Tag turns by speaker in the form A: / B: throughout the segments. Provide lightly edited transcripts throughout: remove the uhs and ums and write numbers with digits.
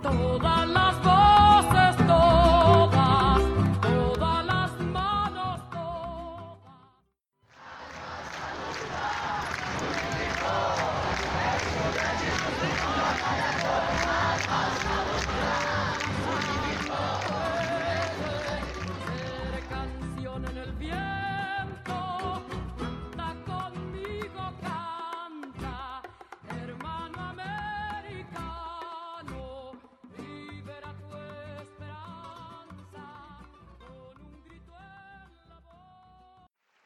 A: Todas las voces, todas las manos, todas. Ser canción en el viento, canta conmigo, canta, hermano americano, libera tu esperanza con un grito en la voz.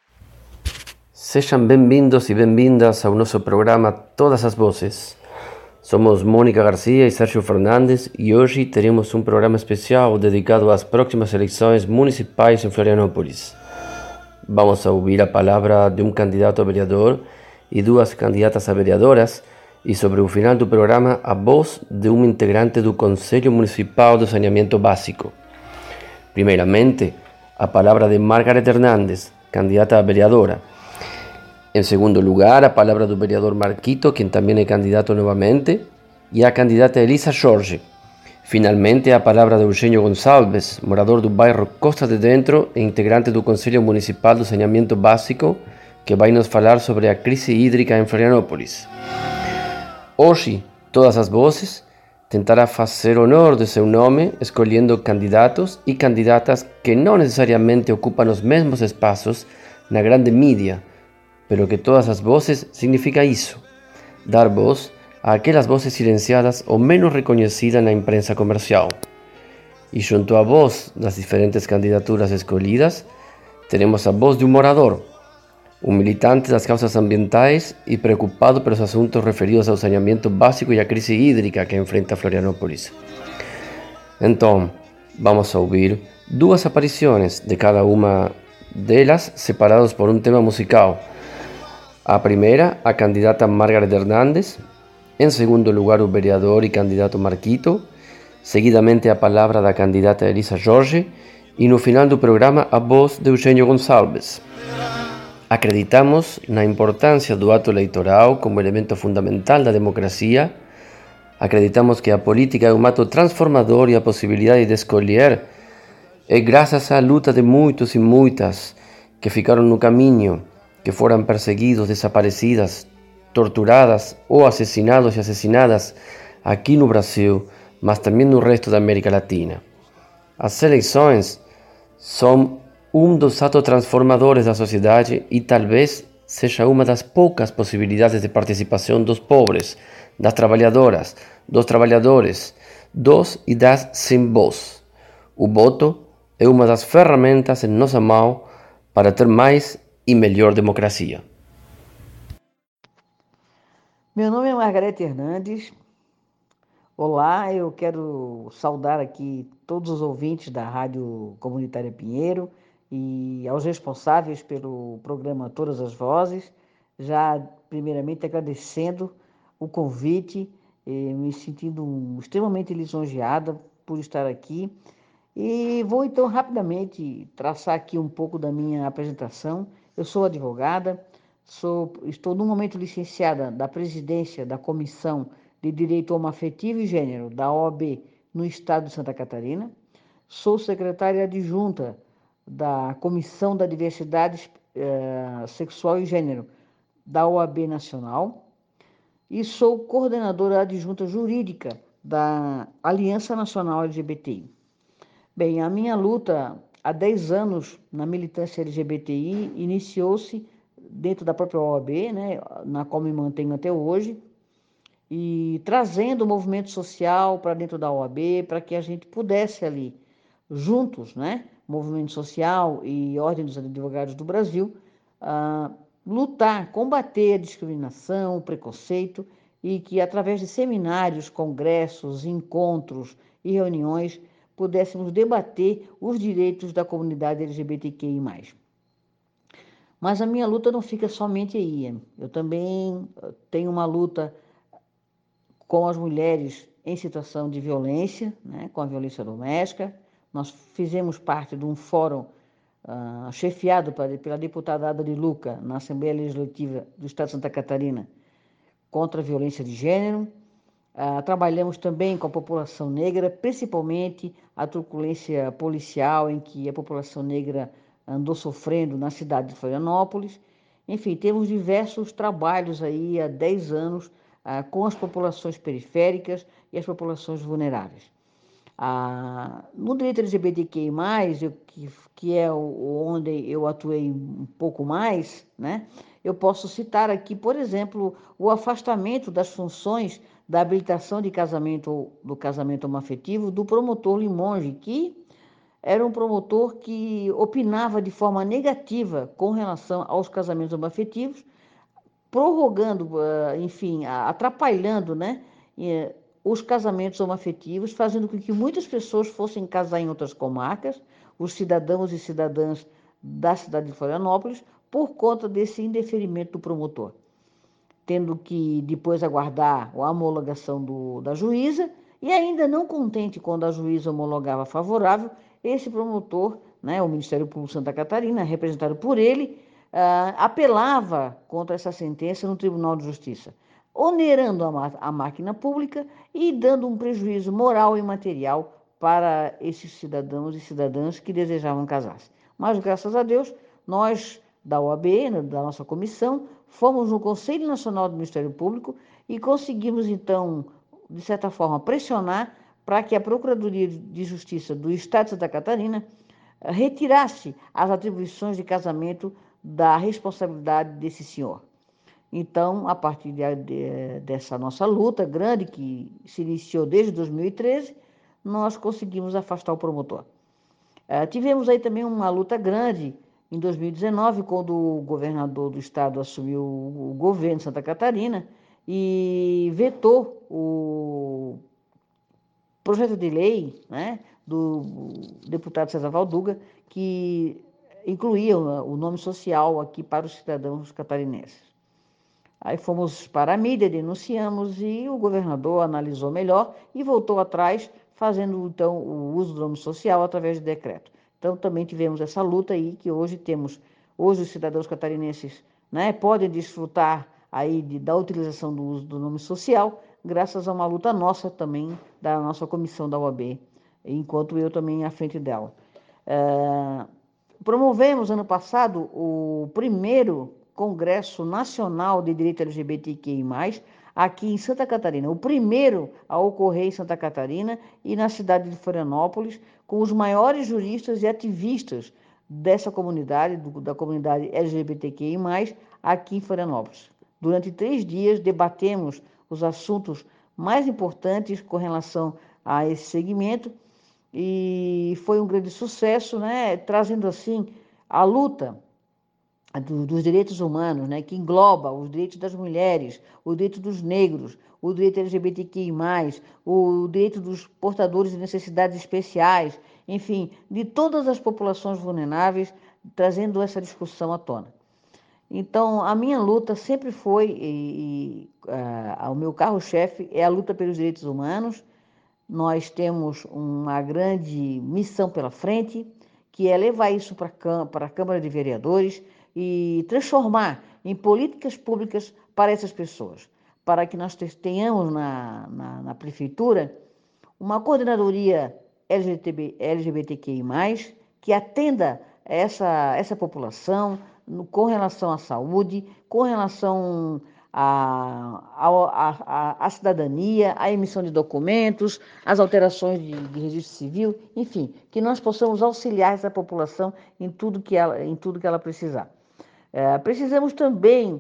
B: Sejam bem-vindos e bem-vindas ao nosso programa Todas as Vozes. Somos Mônica Garcia e Sérgio Fernandes e hoje teremos um programa especial dedicado às próximas eleições municipais em Florianópolis. Vamos a ouvir a palavra de um candidato a vereador e duas candidatas a vereadoras e sobre o final do programa a voz de um integrante do Conselho Municipal do Saneamento Básico. Primeiramente, a palavra de Margaret Hernández, candidata a vereadora. En segundo lugar, a palavra do vereador Marquito, quien también es candidato nuevamente, y a candidata Elisa Jorge. Finalmente, a palavra de Eugênio Gonçalves, morador do bairro Costa de Dentro e integrante do Conselho Municipal do Saneamento Básico, que vai nos falar sobre a crise hídrica em Florianópolis. Hoje, Todas as Vozes tentará fazer honor de seu nome, escolhendo candidatos e candidatas que não necessariamente ocupam os mesmos espaços na grande mídia, pero que todas as vozes significa isso, dar voz a aquelas vozes silenciadas ou menos reconhecidas na imprensa comercial. E junto à voz das diferentes candidaturas escolhidas, teremos a voz de um morador, um militante das causas ambientais e preocupado pelos assuntos referidos ao saneamento básico e à crise hídrica que enfrenta Florianópolis. Então, vamos a ouvir duas aparições de cada uma delas, separados por um tema musical. A primeira, a candidata Margaret Hernández, em segundo lugar o vereador e candidato Marquito, seguidamente a palavra da candidata Elisa Jorge e no final do programa a voz de Eugênio Gonçalves. Acreditamos na importância do ato eleitoral como elemento fundamental da democracia. Acreditamos que a política é um ato transformador e a possibilidade de escolher é graças à luta de muitos e muitas que ficaram no caminho, que foram perseguidos, desaparecidas, torturadas ou assassinados e assassinadas aqui no Brasil, mas também no resto da América Latina. As eleições são um dos atos transformadores da sociedade e talvez seja uma das poucas possibilidades de participação dos pobres, das trabalhadoras, dos trabalhadores, dos e das sem voz. O voto é uma das ferramentas em nossa mão para ter mais e melhor democracia.
C: Meu nome é Margarete Hernandes. Olá, eu quero saudar aqui todos os ouvintes da Rádio Comunitária Pinheiro e aos responsáveis pelo programa Todas as Vozes, já primeiramente agradecendo o convite, me sentindo extremamente lisonjeada por estar aqui. E vou então rapidamente traçar aqui um pouco da minha apresentação. Eu sou advogada, estou no momento licenciada da presidência da Comissão de Direito Homoafetivo e Gênero da OAB no estado de Santa Catarina. Sou secretária adjunta da Comissão da Diversidade Sexual e Gênero da OAB Nacional e sou coordenadora adjunta jurídica da Aliança Nacional LGBTI. Bem, a minha luta há 10 anos na militância LGBTI iniciou-se dentro da própria OAB, né, na qual me mantenho até hoje, e trazendo o movimento social para dentro da OAB, para que a gente pudesse ali, juntos, né, movimento social e Ordem dos Advogados do Brasil, lutar, combater a discriminação, o preconceito, e que através de seminários, congressos, encontros e reuniões pudéssemos debater os direitos da comunidade LGBTQI+. Mas a minha luta não fica somente aí. Eu também tenho uma luta com as mulheres em situação de violência, né, com a violência doméstica. Nós fizemos parte de um fórum chefiado pela deputada Ada de Luca, na Assembleia Legislativa do Estado de Santa Catarina, contra a violência de gênero. Trabalhamos também com a população negra, principalmente a truculência policial em que a população negra andou sofrendo na cidade de Florianópolis. Enfim, temos diversos trabalhos aí há 10 anos com as populações periféricas e as populações vulneráveis. No direito LGBTQI+, que é onde eu atuei um pouco mais, né? Eu posso citar aqui, por exemplo, o afastamento das funções da habilitação de casamento, do casamento homoafetivo, do promotor Limonge, que era um promotor que opinava de forma negativa com relação aos casamentos homoafetivos, prorrogando, enfim, atrapalhando, né, os casamentos homoafetivos, fazendo com que muitas pessoas fossem casar em outras comarcas, os cidadãos e cidadãs da cidade de Florianópolis, por conta desse indeferimento do promotor, tendo que depois aguardar a homologação da juíza, e ainda não contente quando a juíza homologava favorável, esse promotor, né, o Ministério Público de Santa Catarina, representado por ele, apelava contra essa sentença no Tribunal de Justiça, onerando a máquina pública e dando um prejuízo moral e material para esses cidadãos e cidadãs que desejavam casar-se. Mas, graças a Deus, nós, da OAB, da nossa comissão, fomos no Conselho Nacional do Ministério Público e conseguimos, então, de certa forma, pressionar para que a Procuradoria de Justiça do Estado de Santa Catarina retirasse as atribuições de casamento da responsabilidade desse senhor. Então, a partir dessa nossa luta grande, que se iniciou desde 2013, nós conseguimos afastar o promotor. Tivemos aí também uma luta grande em 2019, quando o governador do estado assumiu o governo de Santa Catarina e vetou o projeto de lei, né, do deputado César Valduga, que incluía o nome social aqui para os cidadãos catarinenses. Aí fomos para a mídia, denunciamos e o governador analisou melhor e voltou atrás, fazendo então o uso do nome social através de decreto. Então também tivemos essa luta aí que hoje os cidadãos catarinenses, né, podem desfrutar aí da utilização do uso do nome social, graças a uma luta nossa também, da nossa comissão da OAB, enquanto eu também à frente dela. Promovemos ano passado o primeiro Congresso Nacional de Direito LGBTQI+, aqui em Santa Catarina, o primeiro a ocorrer em Santa Catarina e na cidade de Florianópolis, com os maiores juristas e ativistas dessa comunidade, da comunidade LGBTQI+, aqui em Florianópolis. Durante 3 dias debatemos os assuntos mais importantes com relação a esse segmento e foi um grande sucesso, né, trazendo assim a luta dos direitos humanos, né, que engloba os direitos das mulheres, o direito dos negros, o direito LGBTQI+, o direito dos portadores de necessidades especiais, enfim, de todas as populações vulneráveis, trazendo essa discussão à tona. Então, a minha luta sempre foi, o meu carro-chefe é a luta pelos direitos humanos. Nós temos uma grande missão pela frente, que é levar isso para a Câmara de Vereadores e transformar em políticas públicas para essas pessoas, para que nós tenhamos na prefeitura uma coordenadoria LGBTQI+, que atenda essa população com relação à saúde, com relação à cidadania, à emissão de documentos, às alterações de registro civil, enfim, que nós possamos auxiliar essa população em tudo que ela precisar. Precisamos também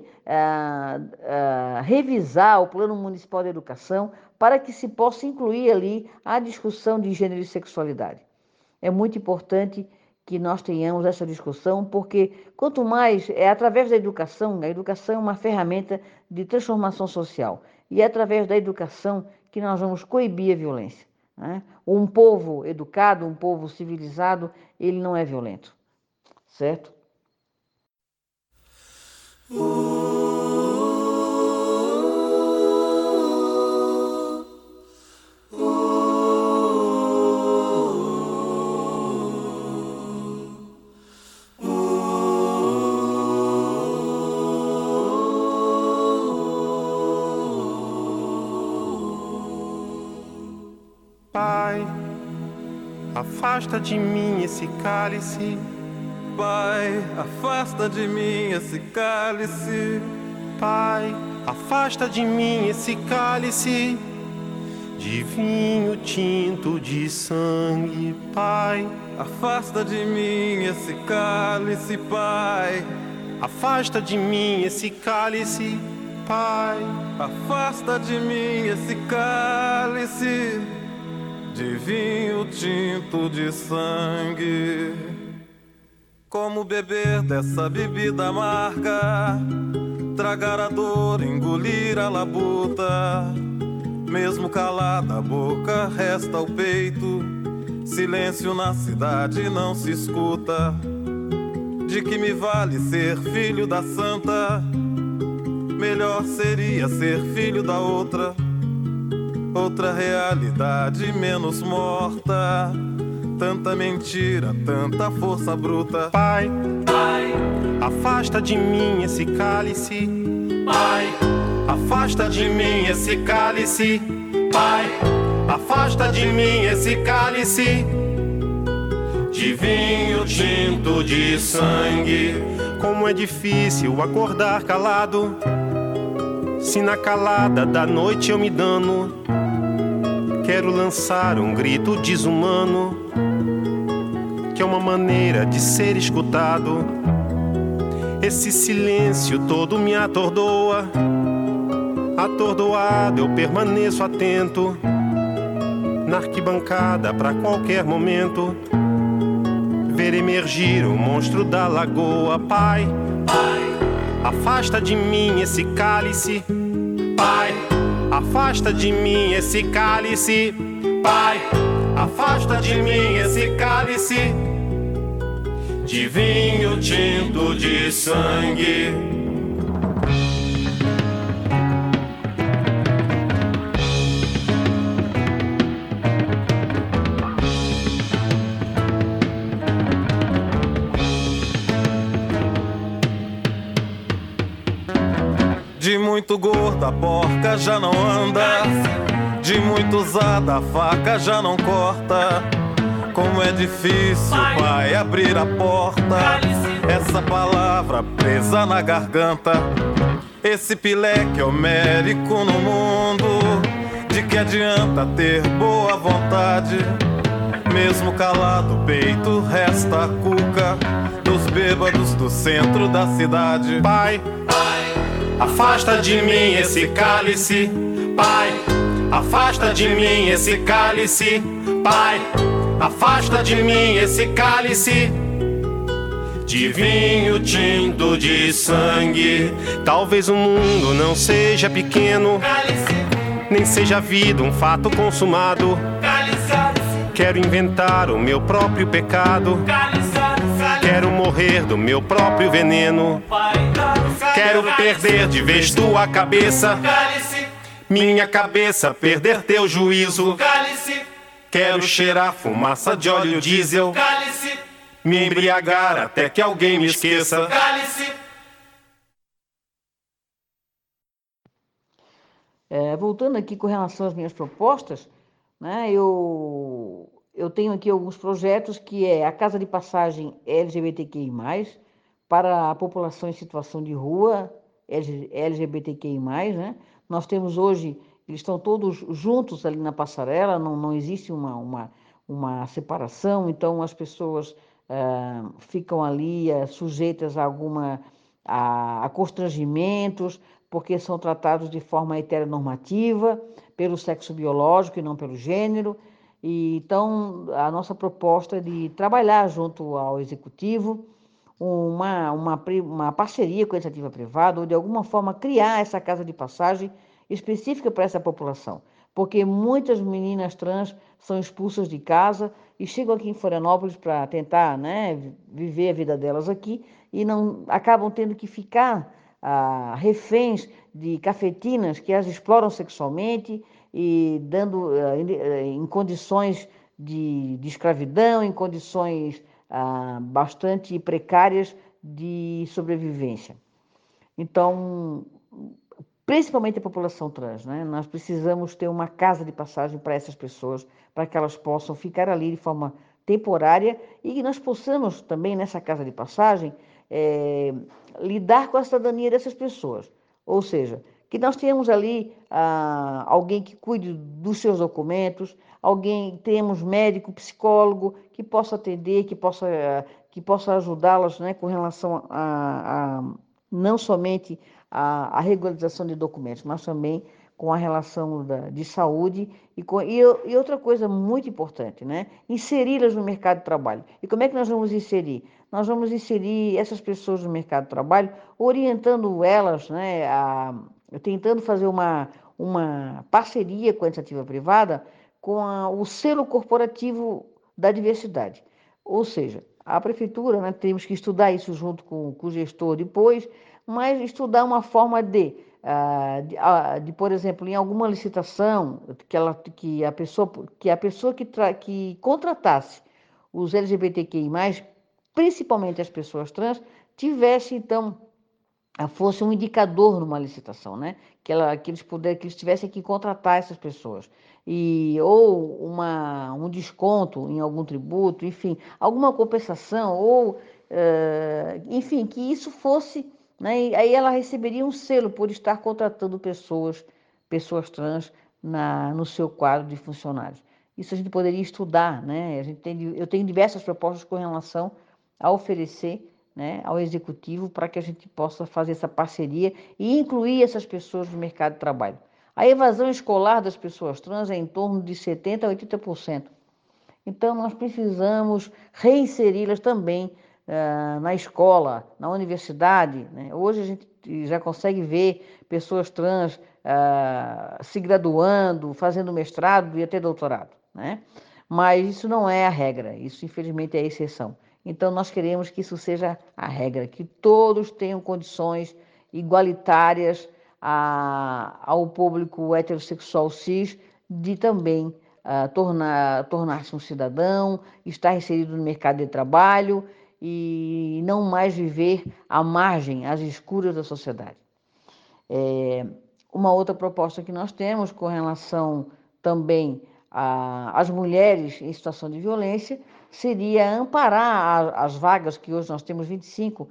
C: revisar o Plano Municipal de Educação para que se possa incluir ali a discussão de gênero e sexualidade. É muito importante que nós tenhamos essa discussão, porque quanto mais é através da educação, a educação é uma ferramenta de transformação social, e é através da educação que nós vamos coibir a violência, né? Um povo educado, um povo civilizado, ele não é violento, certo?
D: Pai, afasta de mim esse cálice.
E: Pai, afasta de mim esse cálice.
D: Pai, afasta de mim esse cálice de vinho tinto de sangue. Pai,
E: afasta de mim esse cálice, Pai.
D: Afasta de mim esse cálice, Pai.
E: Afasta de mim esse cálice de vinho tinto de sangue. Como beber dessa bebida amarga, tragar a dor, engolir a labuta. Mesmo calada a boca, resta o peito. Silêncio na cidade não se escuta. De que me vale ser filho da santa? Melhor seria ser filho da outra. Outra realidade menos morta. Tanta mentira, tanta força bruta.
D: Pai, Pai, afasta de mim esse cálice. Pai, afasta de mim esse cálice. Pai, afasta de mim esse cálice de vinho tinto de sangue. Como é difícil acordar calado, se na calada da noite eu me dano. Quero lançar um grito desumano, que é uma maneira de ser escutado. Esse silêncio todo me atordoa. Atordoado eu permaneço atento, na arquibancada pra qualquer momento ver emergir o monstro da lagoa. Pai, Pai, afasta de mim esse cálice. Pai, afasta de mim esse cálice. Pai, afasta de mim esse cálice de vinho tinto de sangue.
E: De muito gorda a porca já não anda. De muito usada a faca já não corta. Como é difícil, pai, abrir a porta. Essa palavra presa na garganta. Esse pileque homérico no mundo. De que adianta ter boa vontade? Mesmo calado o peito resta a cuca dos bêbados do centro da cidade.
D: Pai, afasta de mim esse cálice. Pai, afasta de mim esse cálice. Pai, afasta de mim esse cálice de vinho tinto de sangue. Talvez o mundo não seja pequeno, nem seja a vida um fato consumado. Quero inventar o meu próprio pecado. Quero morrer do meu próprio veneno. Quero perder de vez tua cabeça, minha cabeça perder teu juízo. Quero cheirar fumaça de óleo diesel, me embriagar até que alguém me esqueça.
C: Voltando aqui com relação às minhas propostas, né, eu tenho aqui alguns projetos que é a Casa de Passagem LGBTQI+, para a população em situação de rua, LGBTQI+, né? Nós temos hoje, eles estão todos juntos ali na passarela, não existe uma separação, então as pessoas ficam ali sujeitas a constrangimentos, porque são tratados de forma heteronormativa, pelo sexo biológico e não pelo gênero. E, então, a nossa proposta é de trabalhar junto ao Executivo uma parceria com a iniciativa privada, ou de alguma forma criar essa casa de passagem específica para essa população. Porque muitas meninas trans são expulsas de casa e chegam aqui em Florianópolis para tentar, né, viver a vida delas aqui e não acabam tendo que ficar reféns de cafetinas que as exploram sexualmente e dando em condições de escravidão, em condições bastante precárias de sobrevivência. Então, principalmente a população trans, né? Nós precisamos ter uma casa de passagem para essas pessoas, para que elas possam ficar ali de forma temporária e que nós possamos também, nessa casa de passagem, lidar com a cidadania dessas pessoas. Ou seja, que nós tenhamos ali alguém que cuide dos seus documentos, tenhamos médico, psicólogo, que possa atender, que possa ajudá-las, né, com relação a não somente a regularização de documentos, mas também com a relação de saúde e outra coisa muito importante, né? Inseri-las no mercado de trabalho. E como é que nós vamos inserir? Nós vamos inserir essas pessoas no mercado de trabalho, orientando elas, né, tentando fazer uma parceria com a iniciativa privada com o selo corporativo da diversidade. Ou seja, a prefeitura, né, temos que estudar isso junto com o gestor depois, mas estudar uma forma por exemplo, em alguma licitação, que a pessoa que contratasse os LGBTQI+, principalmente as pessoas trans, tivesse, então, fosse um indicador numa licitação, né? Que eles tivessem que contratar essas pessoas. Ou um desconto em algum tributo, enfim, alguma compensação, enfim, que isso fosse, né? E aí ela receberia um selo por estar contratando pessoas trans no seu quadro de funcionários. Isso a gente poderia estudar, né? Eu tenho diversas propostas com relação a oferecer, né, ao executivo para que a gente possa fazer essa parceria e incluir essas pessoas no mercado de trabalho. A evasão escolar das pessoas trans é em torno de 70% a 80%. Então, nós precisamos reinseri-las também na escola, na universidade, né? Hoje a gente já consegue ver pessoas trans se graduando, fazendo mestrado e até doutorado, né? Mas isso não é a regra, isso infelizmente é a exceção. Então, nós queremos que isso seja a regra, que todos tenham condições igualitárias ao público heterossexual cis de também tornar-se um cidadão, estar inserido no mercado de trabalho e não mais viver à margem, às escuras da sociedade. Uma outra proposta que nós temos com relação também às mulheres em situação de violência seria amparar as vagas, que hoje nós temos 25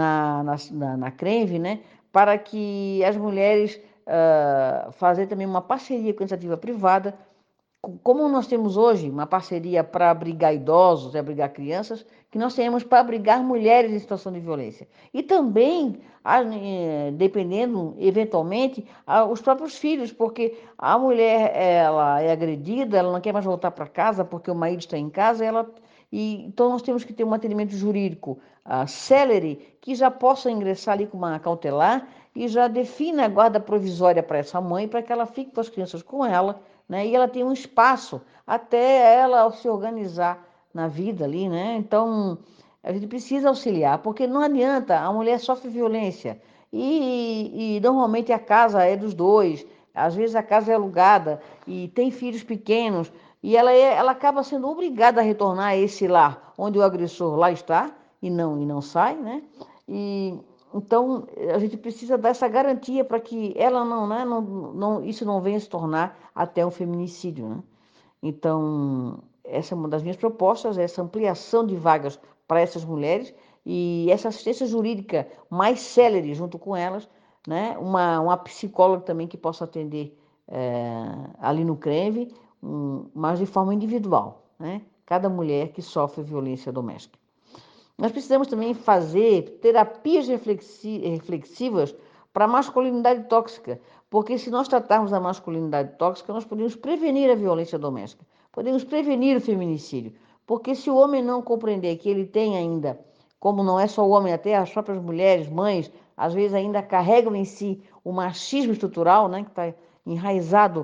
C: na CRENV, né, para que as mulheres fazer também uma parceria com a iniciativa privada, como nós temos hoje uma parceria para abrigar idosos e abrigar crianças, que nós tenhamos para abrigar mulheres em situação de violência. E também, dependendo, eventualmente, os próprios filhos, porque a mulher ela é agredida, ela não quer mais voltar para casa porque o marido está em casa, então nós temos que ter um atendimento jurídico célere, que já possa ingressar ali com uma cautelar e já defina a guarda provisória para essa mãe, para que ela fique com as crianças com ela, né? E ela tem um espaço até ela se organizar na vida ali, né? Então, a gente precisa auxiliar, porque não adianta, a mulher sofre violência e normalmente a casa é dos dois, às vezes a casa é alugada e tem filhos pequenos e ela acaba sendo obrigada a retornar a esse lar onde o agressor lá está e não sai, né? Então, a gente precisa dar essa garantia para que ela isso não venha se tornar até um feminicídio, né? Então, essa é uma das minhas propostas, essa ampliação de vagas para essas mulheres e essa assistência jurídica mais célere junto com elas, né? Uma psicóloga também que possa atender ali no CRENV, mas de forma individual, né? Cada mulher que sofre violência doméstica. Nós precisamos também fazer terapias reflexivas para a masculinidade tóxica, porque se nós tratarmos a masculinidade tóxica, nós podemos prevenir a violência doméstica, podemos prevenir o feminicídio, porque se o homem não compreender que ele tem ainda, como não é só o homem, até as próprias mulheres, mães, às vezes ainda carregam em si o machismo estrutural, né, que está enraizado,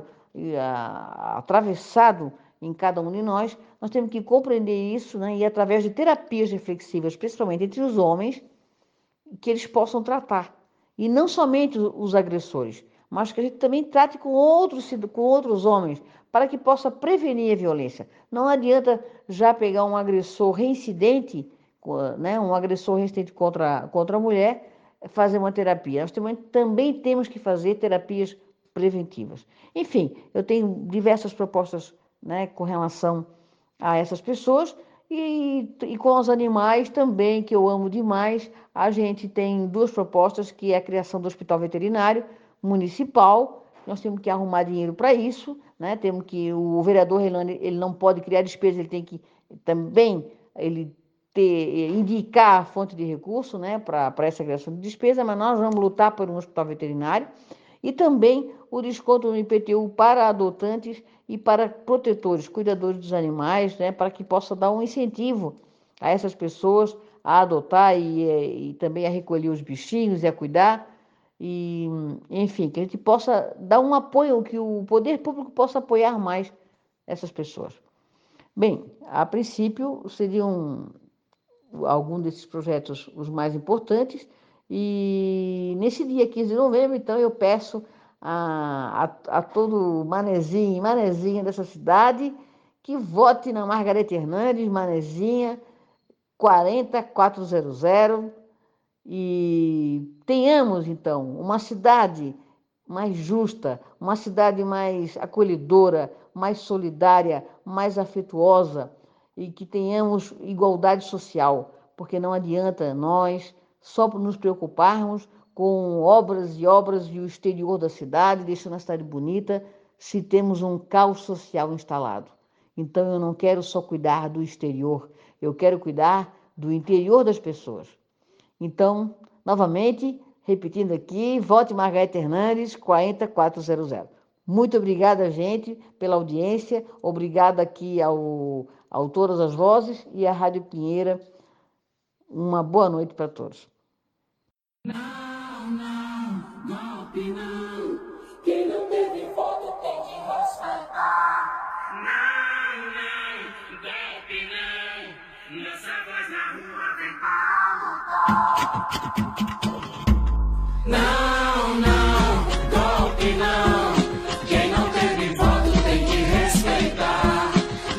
C: atravessado em cada um de nós temos que compreender isso, né, e através de terapias reflexivas, principalmente entre os homens, que eles possam tratar. E não somente os agressores, mas que a gente também trate com outros homens, para que possa prevenir a violência. Não adianta já pegar um agressor reincidente, né, um agressor reincidente contra a mulher, fazer uma terapia, nós também temos que fazer terapias preventivas. Enfim, eu tenho diversas propostas, né, com relação a essas pessoas e com os animais também, que eu amo demais. A gente tem 2 propostas, que é a criação do hospital veterinário municipal. Nós temos que arrumar dinheiro para isso, né? Temos que o vereador Relane, ele não pode criar despesa, ele tem que também indicar a fonte de recurso, né, para essa criação de despesa, mas nós vamos lutar por um hospital veterinário e também o desconto no IPTU para adotantes e para protetores, cuidadores dos animais, né, para que possa dar um incentivo a essas pessoas a adotar e também a recolher os bichinhos e a cuidar. E, enfim, que a gente possa dar um apoio, que o poder público possa apoiar mais essas pessoas. Bem, a princípio seriam algum desses projetos os mais importantes, e nesse dia 15 de novembro, então, eu peço a todo manezinho e manezinha dessa cidade que vote na Margarete Hernandes, Manezinha 40400, e tenhamos, então, uma cidade mais justa, uma cidade mais acolhedora, mais solidária, mais afetuosa, e que tenhamos igualdade social, porque não adianta nós só nos preocuparmos com obras e obras e o exterior da cidade, deixando a cidade bonita, se temos um caos social instalado. Então, eu não quero só cuidar do exterior, eu quero cuidar do interior das pessoas. Então, novamente, repetindo aqui, vote Margarete Hernandes, 40400. Muito obrigada, gente, pela audiência. Obrigada aqui ao Todas as Vozes e à Rádio Pinheira. Uma boa noite para todos.
A: Golpe não. Quem não teve voto tem que respeitar. Golpe não. Nossa voz na rua vem para lutar. Golpe não. Quem não teve voto tem que respeitar.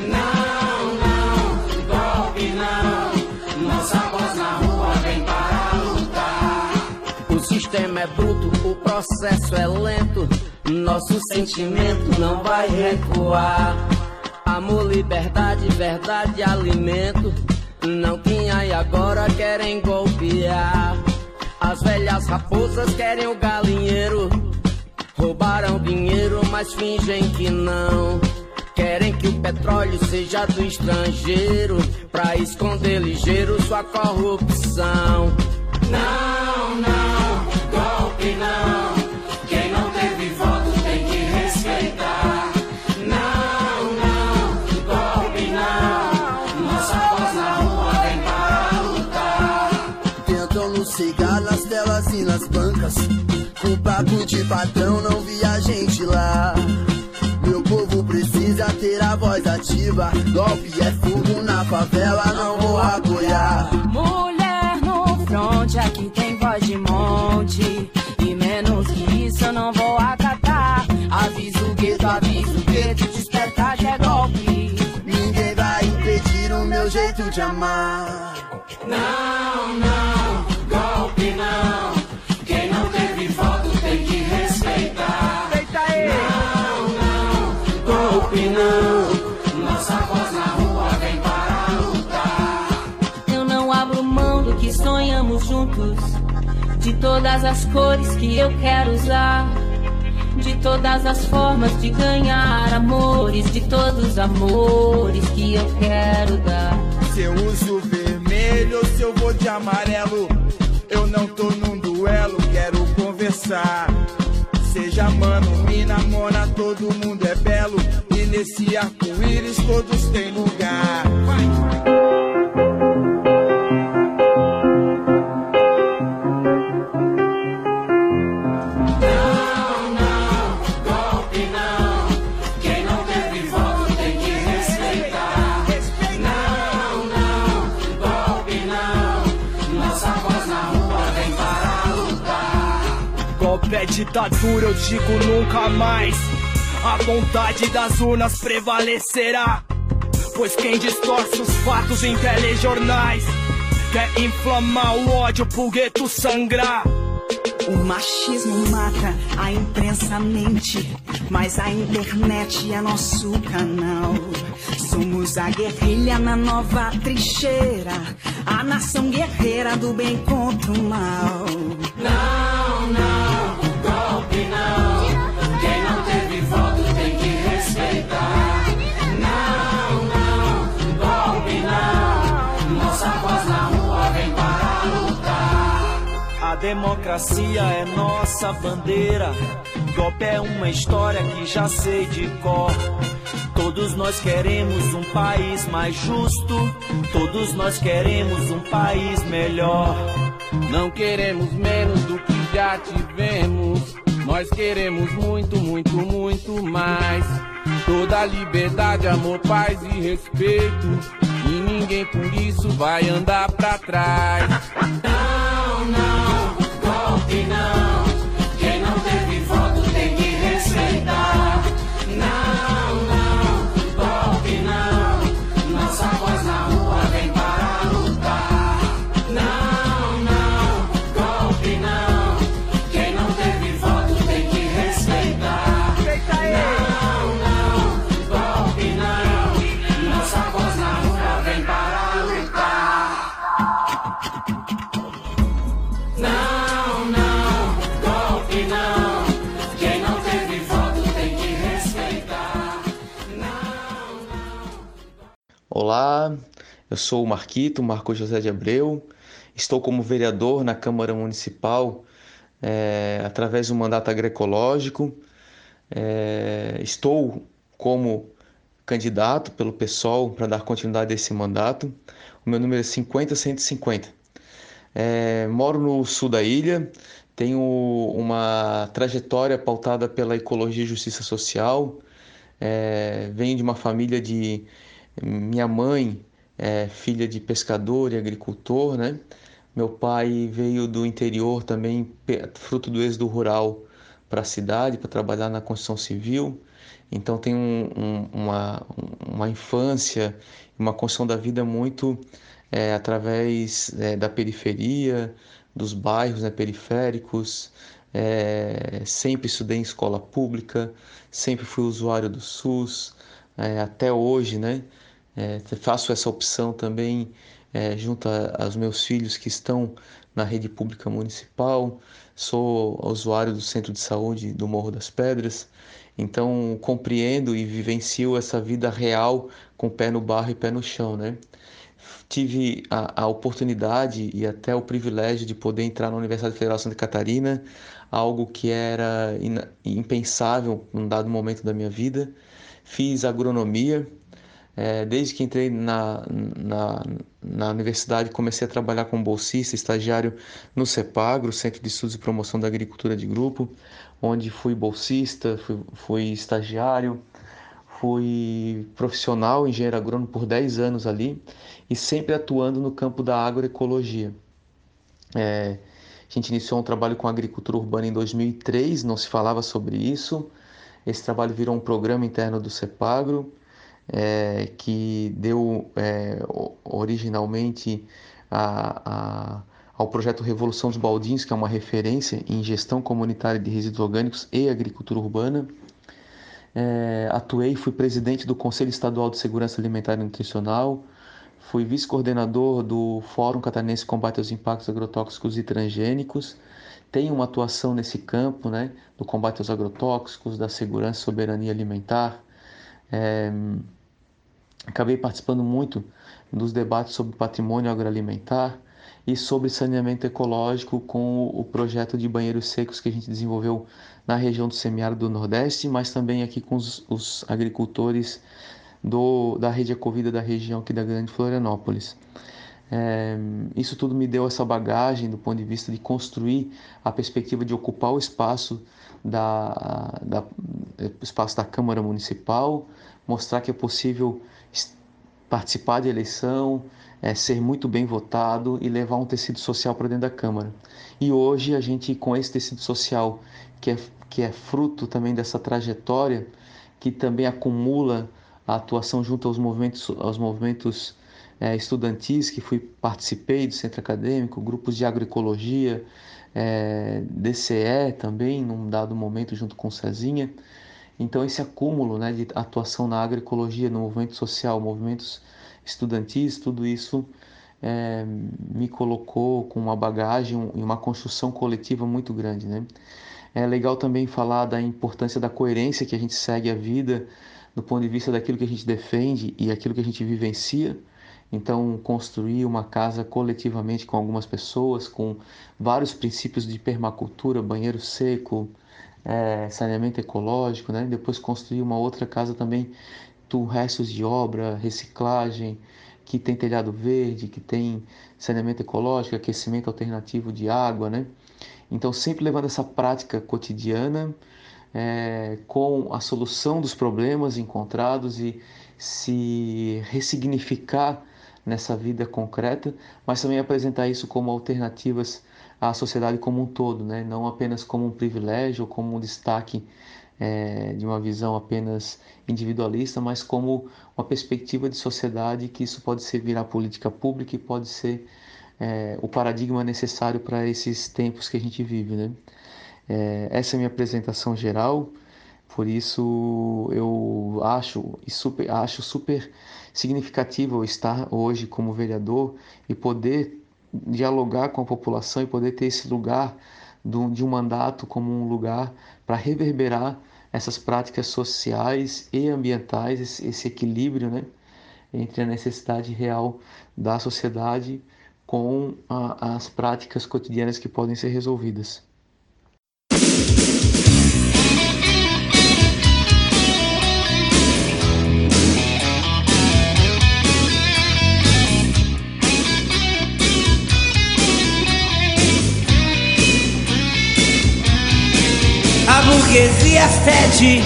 A: Golpe não. Nossa voz na rua vem para lutar.
F: O sistema é bruto, o processo é lento. Nosso sentimento não vai recuar. Amor, liberdade, verdade, alimento. Não tinha e agora querem golpear. As velhas raposas querem o galinheiro. Roubaram dinheiro, mas fingem que não. Querem que o petróleo seja do estrangeiro, pra esconder ligeiro sua corrupção.
A: Golpe não. Quem não teve voto tem que respeitar. Golpe não. Nossa voz na rua vem para lutar.
G: Tentam nos cegar nas telas e nas bancas. Com papo de patrão não vi a gente lá. Meu povo precisa ter a voz ativa. Golpe é fogo na favela, não vou apoiar.
H: Mulher no fronte, aqui tem voz de monte. E menos que isso eu não vou acatar. Avisa o gueto, despertar que é golpe.
G: Ninguém vai impedir o meu jeito de amar.
A: Golpe não. Quem não teve voto tem que respeitar. Golpe não. Nossa voz na rua vem para lutar.
H: Eu não abro mão do que sonhamos juntos. De todas as cores que eu quero usar. De todas as formas de ganhar amores. De todos os amores que eu quero dar.
I: Se eu uso vermelho ou se eu vou de amarelo, eu não tô num duelo, quero conversar. Seja mano, mina, mona, todo mundo é belo. E nesse arco-íris todos têm lugar.
A: Golpe não. Quem não teve voto tem que respeitar. Golpe não. Nossa voz na rua vem para lutar.
J: Golpe é ditadura, eu digo nunca mais. A vontade das urnas prevalecerá. Pois quem distorce os fatos em telejornais quer inflamar o ódio pro gueto sangrar.
K: O machismo mata, a imprensa mente, mas a internet é nosso canal. Somos a guerrilha na nova trincheira, a nação guerreira do bem contra o mal.
A: Não, não, golpe não. Quem não teve voto tem que respeitar. Não, não, golpe não. Nossa voz na rua vem para lutar.
J: A democracia é nossa bandeira. Golpe é uma história que já sei de cor. Todos nós queremos um país mais justo. Todos nós queremos um país melhor.
L: Não queremos menos do que já tivemos. Nós queremos muito, muito, muito mais. Toda liberdade, amor, paz e respeito. E ninguém por isso vai andar pra trás.
A: Não, não, golpe não. Quem não teve voto tem que respeitar. Não, não, golpe não. Nossa voz na rua vem para lutar. Não, não, golpe não. Quem não teve voto tem que respeitar. Não, não, golpe não. Nossa voz na rua vem para lutar. Não, não, golpe não. Quem não teve voto tem que respeitar. Não, não.
M: Olá, eu sou o Marcos José de Abreu. Estou como vereador na Câmara Municipal através do mandato agroecológico. Estou como candidato pelo PSOL para dar continuidade a esse mandato. O meu número é 50150. Moro no sul da ilha, tenho uma trajetória pautada pela ecologia e justiça social. Venho de uma família de... Minha mãe é filha de pescador e agricultor, né? Meu pai veio do interior também, fruto do êxodo rural, para a cidade, para trabalhar na construção civil. Então tem uma infância, uma construção da vida muito através da periferia, dos bairros, né, periféricos. Sempre estudei em escola pública, sempre fui usuário do SUS, até hoje, né? Faço essa opção também junto aos meus filhos que estão na rede pública municipal. Sou usuário do Centro de Saúde do Morro das Pedras, então compreendo e vivencio essa vida real com pé no barro e pé no chão, né? Tive a oportunidade e até o privilégio de poder entrar na Universidade Federal de Santa Catarina, algo que era impensável num dado momento da minha vida. Fiz agronomia. Desde que entrei na universidade, comecei a trabalhar como bolsista, estagiário no CEPAGRO, Centro de Estudos e Promoção da Agricultura de Grupo, onde fui bolsista, fui estagiário, fui profissional, engenheiro agrônomo por 10 anos ali, e sempre atuando no campo da agroecologia. A gente iniciou um trabalho com agricultura urbana em 2003, não se falava sobre isso. Esse trabalho virou um programa interno do CEPAGRO, que deu originalmente ao projeto Revolução dos Baldinhos, que é uma referência em gestão comunitária de resíduos orgânicos e agricultura urbana. Atuei, fui presidente do Conselho Estadual de Segurança Alimentar e Nutricional, fui vice-coordenador do Fórum Catarinense de Combate aos Impactos Agrotóxicos e Transgênicos. Tenho uma atuação nesse campo, né, do combate aos agrotóxicos, da segurança e soberania alimentar. Acabei participando muito dos debates sobre patrimônio agroalimentar e sobre saneamento ecológico com o projeto de banheiros secos que a gente desenvolveu na região do semiárido do Nordeste, mas também aqui com os agricultores da rede Ecovida da região aqui da Grande Florianópolis. Isso tudo me deu essa bagagem do ponto de vista de construir a perspectiva de ocupar o espaço espaço da Câmara Municipal, mostrar que é possível participar de eleição, ser muito bem votado e levar um tecido social para dentro da Câmara. E hoje a gente, com esse tecido social que é fruto também dessa trajetória, que também acumula a atuação junto aos movimentos estudantis que participei do centro acadêmico, grupos de agroecologia, DCE também, num dado momento, junto com o Cezinha. Então, esse acúmulo, né, de atuação na agroecologia, no movimento social, movimentos estudantis, tudo isso me colocou com uma bagagem e uma construção coletiva muito grande, né? É legal também falar da importância da coerência que a gente segue a vida do ponto de vista daquilo que a gente defende e aquilo que a gente vivencia. Então, construir uma casa coletivamente com algumas pessoas, com vários princípios de permacultura, banheiro seco, saneamento ecológico, né? Depois construir uma outra casa também com restos de obra, reciclagem, que tem telhado verde, que tem saneamento ecológico, aquecimento alternativo de água, né? Então, sempre levando essa prática cotidiana com a solução dos problemas encontrados e se ressignificar nessa vida concreta, mas também apresentar isso como alternativas à sociedade como um todo, né? Não apenas como um privilégio ou como um destaque de uma visão apenas individualista, mas como uma perspectiva de sociedade, que isso pode virar política pública e pode ser o paradigma necessário para esses tempos que a gente vive, né? Essa é a minha apresentação geral. Por isso eu acho super significativo eu estar hoje como vereador e poder dialogar com a população e poder ter esse lugar de um mandato como um lugar para reverberar essas práticas sociais e ambientais, esse equilíbrio, né, entre a necessidade real da sociedade com as práticas cotidianas que podem ser resolvidas.
N: A burguesia fede,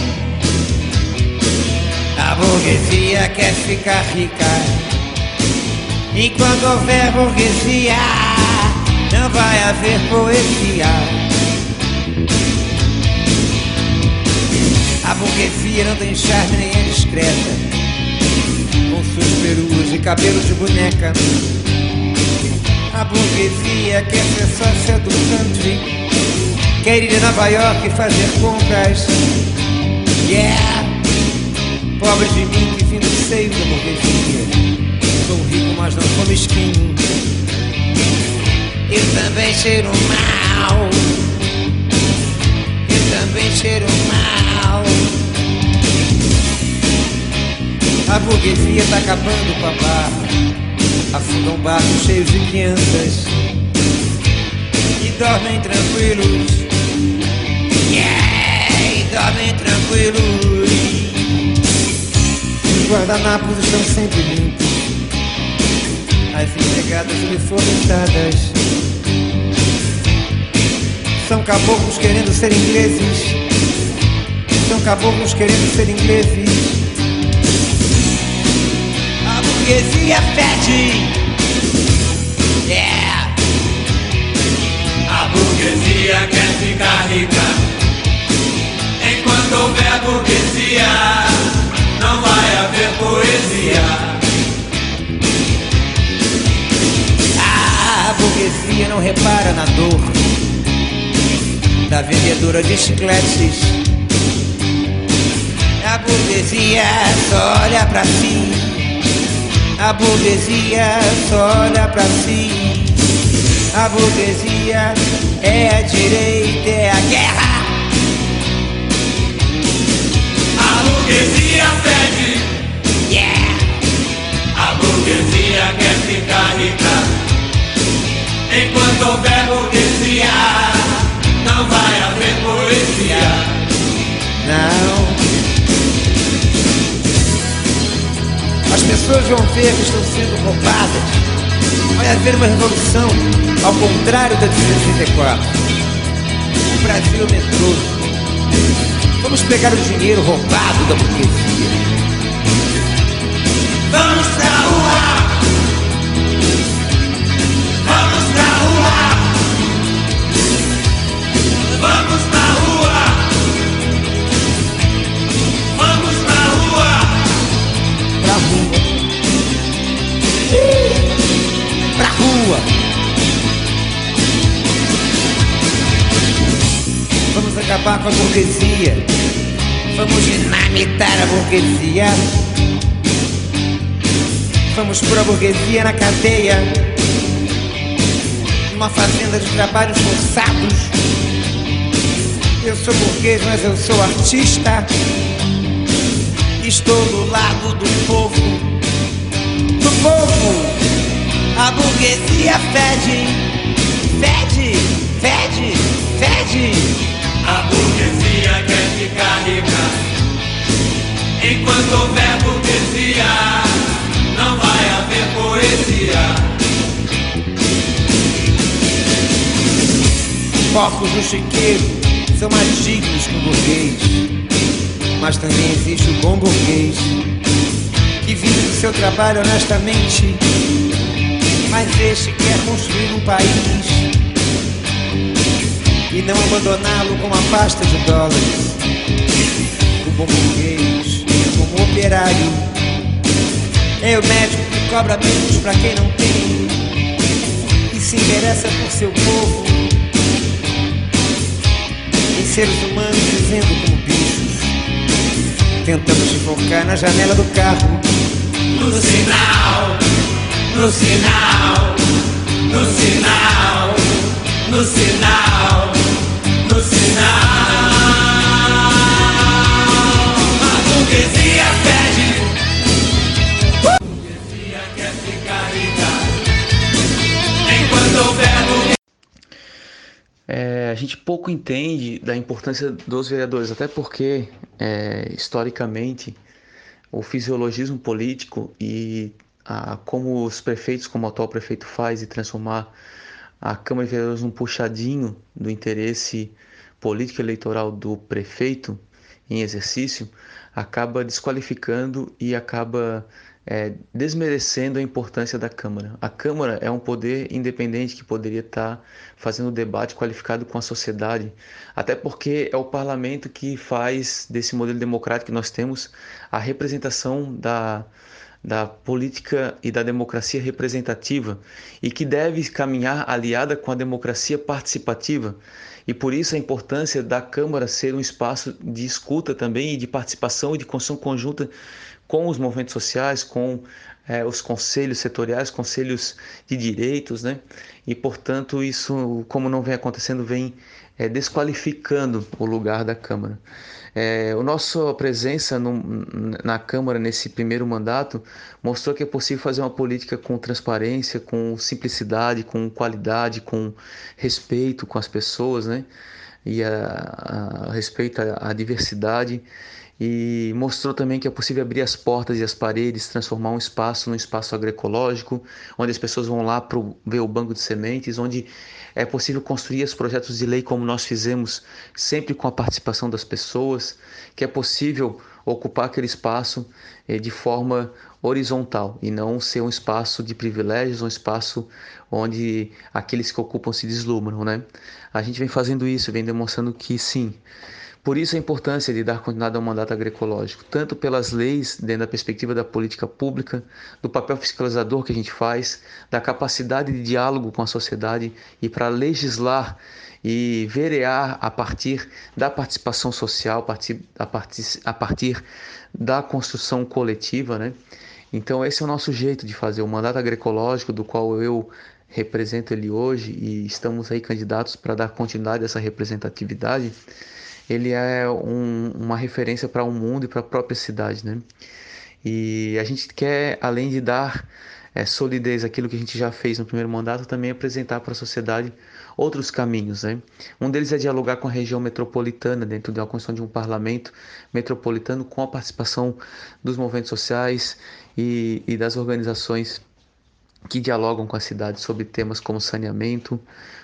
N: a burguesia quer ficar rica. Enquanto houver burguesia, não vai haver poesia. A burguesia não tem charme nem é discreta, com suas peruas e cabelo de boneca. A burguesia quer ser sócia do country, quer ir a Nova York e fazer compras. Yeah! Pobre de mim que vim do seio da burguesia. Sou rico, mas não sou mesquinho. Eu também cheiro mal. Eu também cheiro mal. A burguesia tá acabando com a barra. Afundam barcos cheios de crianças e dormem tranquilos. E dormem tranquilos. Os guardanapos estão sempre limpos, as empregadas uniformizadas. São caboclos querendo ser ingleses. São caboclos querendo ser ingleses. A burguesia fede. Yeah!
A: A burguesia quer ficar rica. Enquanto houver burguesia, não vai haver poesia.
N: A burguesia não repara na dor da vendedora de chicletes. A burguesia só olha pra si. A burguesia só olha pra si. A burguesia é a direita, é a guerra.
A: A burguesia fede.
N: Yeah!
A: A burguesia quer ficar rica. Enquanto houver burguesia, não vai haver poesia.
N: Não. As pessoas vão ver que estão sendo roubadas. Vai haver uma revolução, ao contrário da de 64. O Brasil é medroso. Vamos pegar o dinheiro roubado da burguesia.
A: Vamos pra rua. Vamos pra rua. Vamos pra rua. Vamos pra rua.
N: Pra rua. Pra rua. acabar com a burguesia. Vamos dinamitar a burguesia. Vamos pôr a burguesia na cadeia, numa fazenda de trabalhos forçados. Eu sou burguês, mas eu sou artista. Estou do lado do povo. Do povo. A burguesia fede. Fede, fede, fede.
A: A burguesia quer ficar rica. Enquanto houver burguesia, não vai haver poesia.
N: Porcos do chiqueiro são mais dignos que o burguês. Mas também existe o bom burguês, que vive do seu trabalho honestamente, mas este quer construir um país e não abandoná-lo com uma pasta de dólares. O bom burguês, como operário, é o médico que cobra menos pra quem não tem e se interessa por seu povo, em seres humanos vivendo como bichos, tentando te focar na janela do carro.
A: No sinal, no sinal, no sinal, no sinal, no sinal. A burguesia pede. A burguesia quer ficar rica. Enquanto houver burguesia.
M: A gente pouco entende da importância dos vereadores, até porque, historicamente, o fisiologismo político e como os prefeitos, como o atual prefeito faz, de transformar a Câmara de Vereadores num puxadinho do interesse político eleitoral do prefeito em exercício, acaba desqualificando e acaba desmerecendo a importância da Câmara. A Câmara é um poder independente que poderia estar fazendo um debate qualificado com a sociedade, até porque é o parlamento que faz desse modelo democrático que nós temos a representação da política e da democracia representativa e que deve caminhar aliada com a democracia participativa. E por isso a importância da Câmara ser um espaço de escuta também e de participação e de construção conjunta com os movimentos sociais, com os conselhos setoriais, conselhos de direitos, né? E, portanto, isso, como não vem acontecendo, vem desqualificando o lugar da Câmara. A nossa presença na Câmara nesse primeiro mandato mostrou que é possível fazer uma política com transparência, com simplicidade, com qualidade, com respeito com as pessoas, né? E respeito à diversidade. E mostrou também que é possível abrir as portas e as paredes, transformar um espaço num espaço agroecológico, onde as pessoas vão lá para ver o banco de sementes, onde é possível construir os projetos de lei como nós fizemos, sempre com a participação das pessoas, que é possível ocupar aquele espaço de forma horizontal e não ser um espaço de privilégios, um espaço onde aqueles que ocupam se deslumbram, né? A gente vem fazendo isso, vem demonstrando que sim. Por isso a importância de dar continuidade ao mandato agroecológico, tanto pelas leis, dentro da perspectiva da política pública, do papel fiscalizador que a gente faz, da capacidade de diálogo com a sociedade e para legislar e verear a partir da participação social, a partir da construção coletiva, né? Então esse é o nosso jeito de fazer o mandato agroecológico, do qual eu represento ele hoje e estamos aí candidatos para dar continuidade a essa representatividade. Ele é uma referência para o mundo e para a própria cidade, né? E a gente quer, além de dar solidez àquilo que a gente já fez no primeiro mandato, também apresentar para a sociedade outros caminhos, né? Um deles é dialogar com a região metropolitana, dentro da construção de um parlamento metropolitano, com a participação dos movimentos sociais e das organizações que dialogam com a cidade sobre temas como saneamento,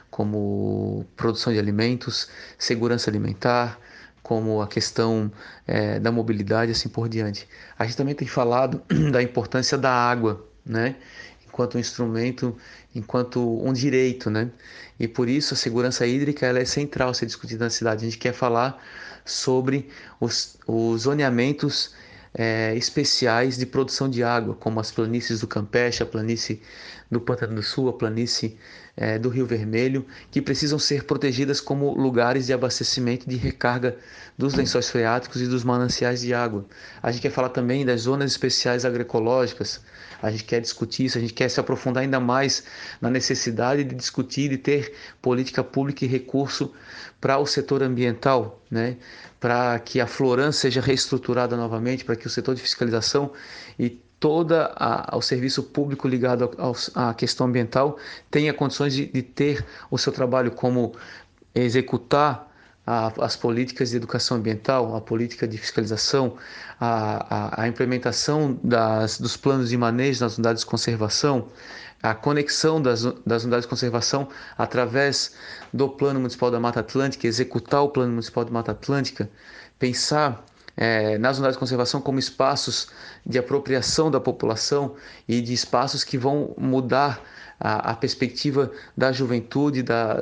M: como produção de alimentos, segurança alimentar, como a questão da mobilidade e assim por diante. A gente também tem falado da importância da água, né? Enquanto um instrumento, enquanto um direito, né? E por isso a segurança hídrica ela é central a ser discutida na cidade. A gente quer falar sobre os zoneamentos especiais de produção de água, como as planícies do Campeche, a planície do Pantano do Sul, a planície do Rio Vermelho, que precisam ser protegidas como lugares de abastecimento e de recarga dos lençóis freáticos e dos mananciais de água. A gente quer falar também das zonas especiais agroecológicas. A gente quer discutir isso, a gente quer se aprofundar ainda mais na necessidade de discutir e ter política pública e recurso para o setor ambiental, né? Para que a Floran seja reestruturada novamente, para que o setor de fiscalização e todo o serviço público ligado à questão ambiental tenha condições de ter o seu trabalho, como executar as políticas de educação ambiental, a política de fiscalização, a implementação dos planos de manejo nas unidades de conservação, a conexão das unidades de conservação através do Plano Municipal da Mata Atlântica, executar o Plano Municipal da Mata Atlântica, pensar nas unidades de conservação como espaços de apropriação da população e de espaços que vão mudar a perspectiva da juventude,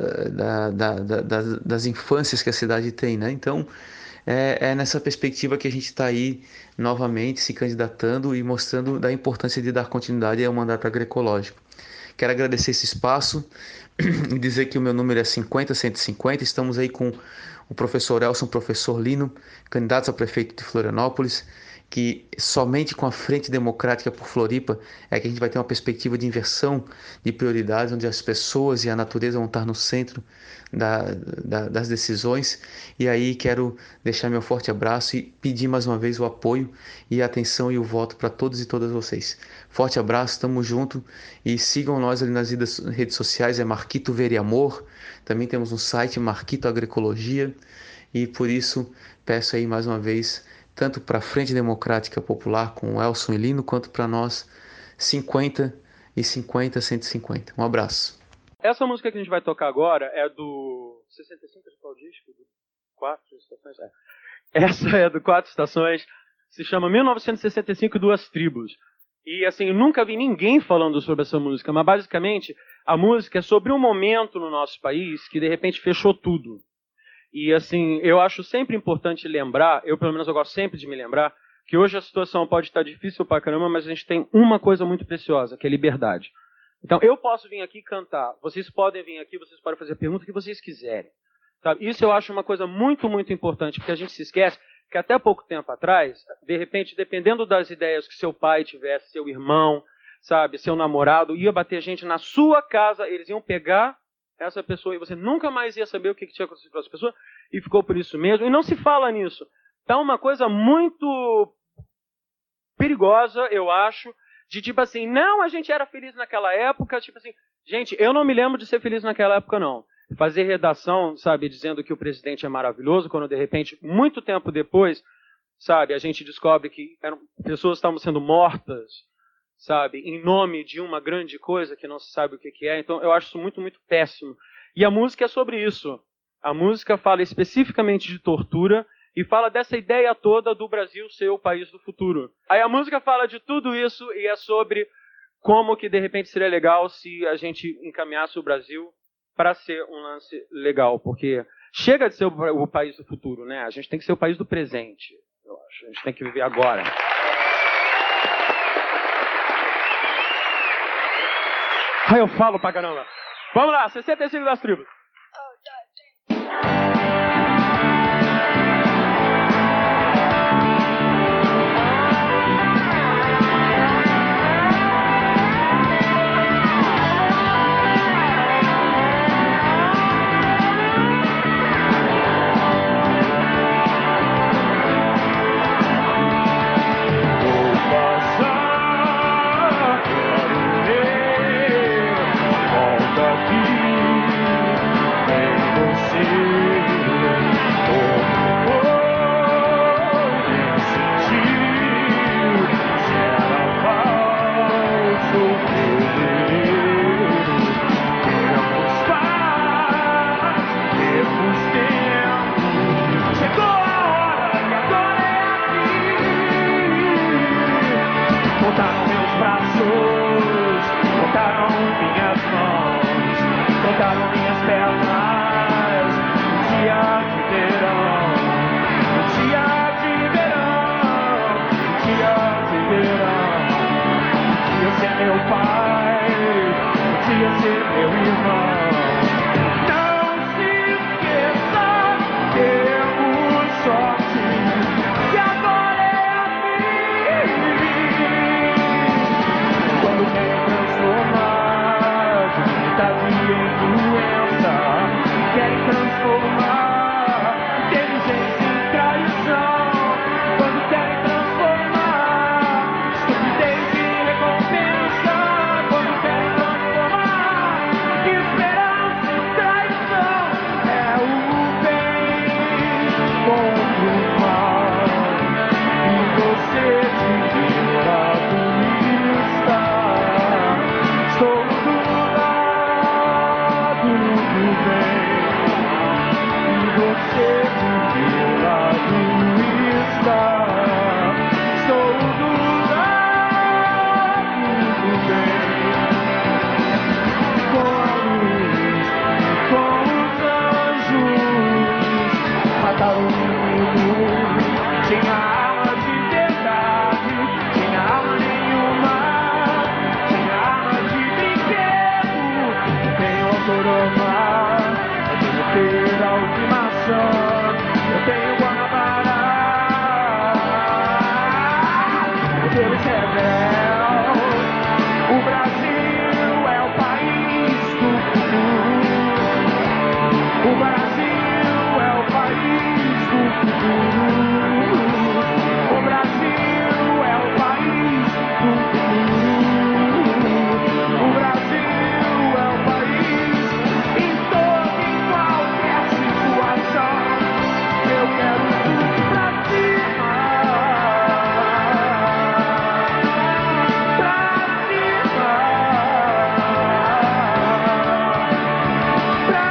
M: das infâncias que a cidade tem, né? Então, é nessa perspectiva que a gente está aí novamente se candidatando e mostrando da importância de dar continuidade ao mandato agroecológico. Quero agradecer esse espaço e dizer que o meu número é 50150. Estamos aí com o professor Elson, professor Lino, candidatos a prefeito de Florianópolis, que somente com a Frente Democrática por Floripa é que a gente vai ter uma perspectiva de inversão de prioridades, onde as pessoas e a natureza vão estar no centro das decisões. E aí quero deixar meu forte abraço e pedir mais uma vez o apoio e a atenção e o voto para todos e todas vocês. Forte abraço, estamos juntos e sigam nós ali nas redes sociais, é Marquito Vereamor, também temos um site Marquito Agroecologia, e por isso peço aí mais uma vez, tanto para a Frente Democrática Popular com o Elson e Lino, quanto para nós 50 e 50, 150. Um abraço.
O: Essa música que a gente vai tocar agora é do 65 de qual disco? Do 4 Estações? Essa é do 4 Estações, se chama 1965 Duas Tribos. E assim, eu nunca vi ninguém falando sobre essa música, mas basicamente a música é sobre um momento no nosso país que de repente fechou tudo. E assim, eu acho sempre importante lembrar, eu pelo menos eu gosto sempre de me lembrar, que hoje a situação pode estar difícil pra caramba, mas a gente tem uma coisa muito preciosa, que é liberdade. Então, eu posso vir aqui cantar, vocês podem vir aqui, vocês podem fazer a pergunta que vocês quiserem. Sabe? Isso eu acho uma coisa muito, muito importante, porque a gente se esquece que até pouco tempo atrás, de repente, dependendo das ideias que seu pai tivesse, seu irmão, sabe, seu namorado, ia bater gente na sua casa, eles iam pegar essa pessoa e você nunca mais ia saber o que tinha acontecido com essa pessoa, e ficou por isso mesmo. E não se fala nisso. Então, uma coisa muito perigosa, eu acho, de tipo assim, não, a gente era feliz naquela época, tipo assim, gente, eu não me lembro de ser feliz naquela época, não. Fazer redação, sabe, dizendo que o presidente é maravilhoso, quando de repente, muito tempo depois, sabe, a gente descobre que pessoas estavam sendo mortas, sabe, em nome de uma grande coisa que não se sabe o que é. Então, eu acho isso muito, muito péssimo. E a música é sobre isso. A música fala especificamente de tortura e fala dessa ideia toda do Brasil ser o país do futuro. Aí a música fala de tudo isso e é sobre como que, de repente, seria legal se a gente encaminhasse o Brasil para ser um lance legal. Porque chega de ser o país do futuro, né? A gente tem que ser o país do presente, eu acho. A gente tem que viver agora. Aí eu falo pra caramba. Vamos lá, 65 das tribos.
A: ser meu irmão. Não se esqueça, temos sorte, que agora é assim. Quando querem transformar dignidade em doença, querem transformar inteligência em traição. Quando querem transformar estupidez em recompensa. Quando querem transformar esperança em traição. É o bem contra o mal. E você de que lado está? Estou do lado do bem. E você de que lado está? Estou do lado do bem. Com a luz e com os anjos, matar o inimigo sem arma de verdade, sem arma nenhuma, sem arma de brinquedo. Tenho autorama, eu tenho ter a ultimação, eu tenho Guanabara, poderes rebel. O Brasil é o país do futuro. O Brasil é o país do futuro. O Brasil é o país do futuro. O Brasil é o país em toda e qualquer situação. Eu quero tudo pra cima. Pra cima. Pra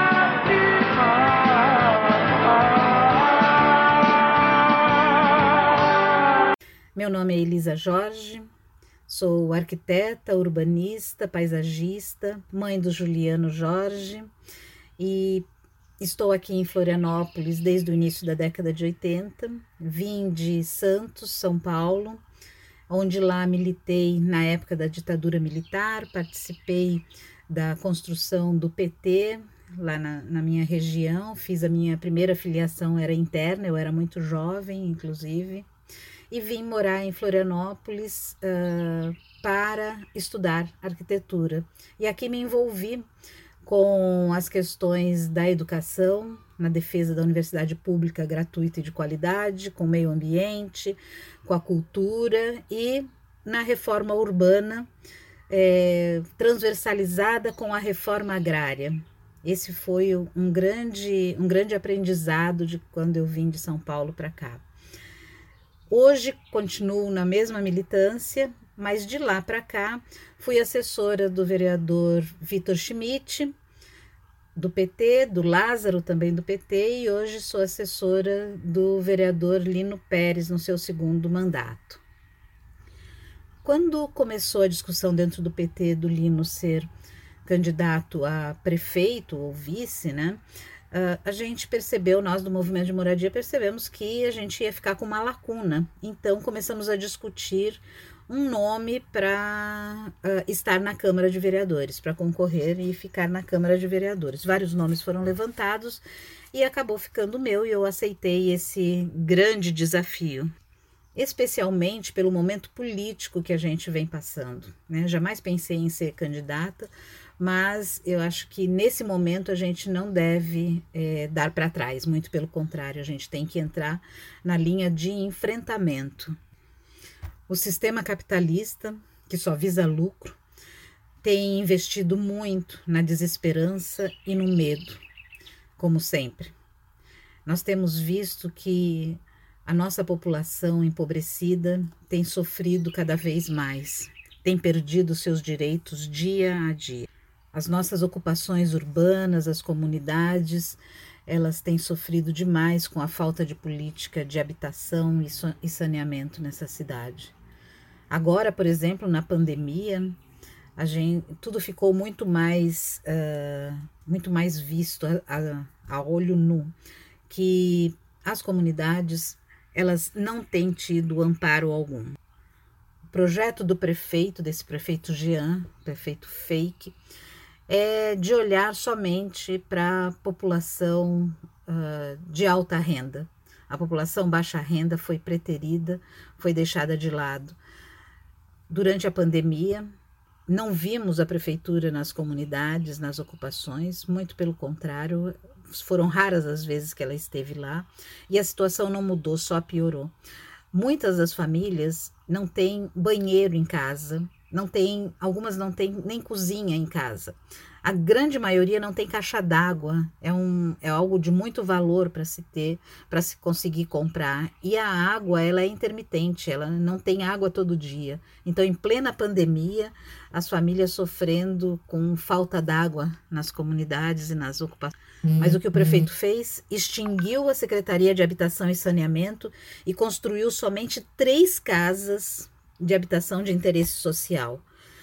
A: cima.
P: Meu nome é Elisa Jorge, sou arquiteta, urbanista, paisagista, mãe do Juliano Jorge e estou aqui em Florianópolis desde o início da década de 80. Vim de Santos, São Paulo, onde lá militei na época da ditadura militar, participei da construção do PT lá na minha região, fiz a minha primeira filiação, era interna, eu era muito jovem, inclusive, e vim morar em Florianópolis para estudar arquitetura. E aqui me envolvi com as questões da educação, na defesa da universidade pública gratuita e de qualidade, com o meio ambiente, com a cultura e na reforma urbana transversalizada com a reforma agrária. Esse foi um grande aprendizado de quando eu vim de São Paulo para cá. Hoje continuo na mesma militância, mas de lá para cá fui assessora do vereador Vitor Schmidt, do PT, do Lázaro também do PT, e hoje sou assessora do vereador Lino Pérez no seu segundo mandato. Quando começou a discussão dentro do PT do Lino ser candidato a prefeito ou vice, né? A gente percebeu, nós do Movimento de Moradia percebemos que a gente ia ficar com uma lacuna. Então começamos a discutir um nome para estar na Câmara de Vereadores, para concorrer e ficar na Câmara de Vereadores. Vários nomes foram levantados e acabou ficando o meu, e eu aceitei esse grande desafio, especialmente pelo momento político que a gente vem passando, né? Jamais pensei em ser candidata, mas eu acho que nesse momento a gente não deve dar para trás, muito pelo contrário, a gente tem que entrar na linha de enfrentamento. O sistema capitalista, que só visa lucro, tem investido muito na desesperança e no medo, como sempre. Nós temos visto que a nossa população empobrecida tem sofrido cada vez mais, tem perdido seus direitos dia a dia. As nossas ocupações urbanas, as comunidades, elas têm sofrido demais com a falta de política de habitação e saneamento nessa cidade. Agora, por exemplo, na pandemia, tudo ficou muito mais visto a olho nu, que as comunidades elas não têm tido amparo algum. O projeto do prefeito, desse prefeito Jean, prefeito fake, é de olhar somente para a população de alta renda. A população baixa renda foi preterida, foi deixada de lado. Durante a pandemia, não vimos a prefeitura nas comunidades, nas ocupações, muito pelo contrário, foram raras as vezes que ela esteve lá, e a situação não mudou, só piorou. Muitas das famílias não têm banheiro em casa, algumas não têm nem cozinha em casa. A grande maioria não tem caixa d'água, é algo de muito valor para se ter, para se conseguir comprar. E a água, ela é intermitente, ela não tem água todo dia. Então, em plena pandemia, as famílias sofrendo com falta d'água nas comunidades e nas ocupações. Mas o que o prefeito fez? Extinguiu a Secretaria de Habitação e Saneamento e construiu somente 3 casas de habitação de interesse social.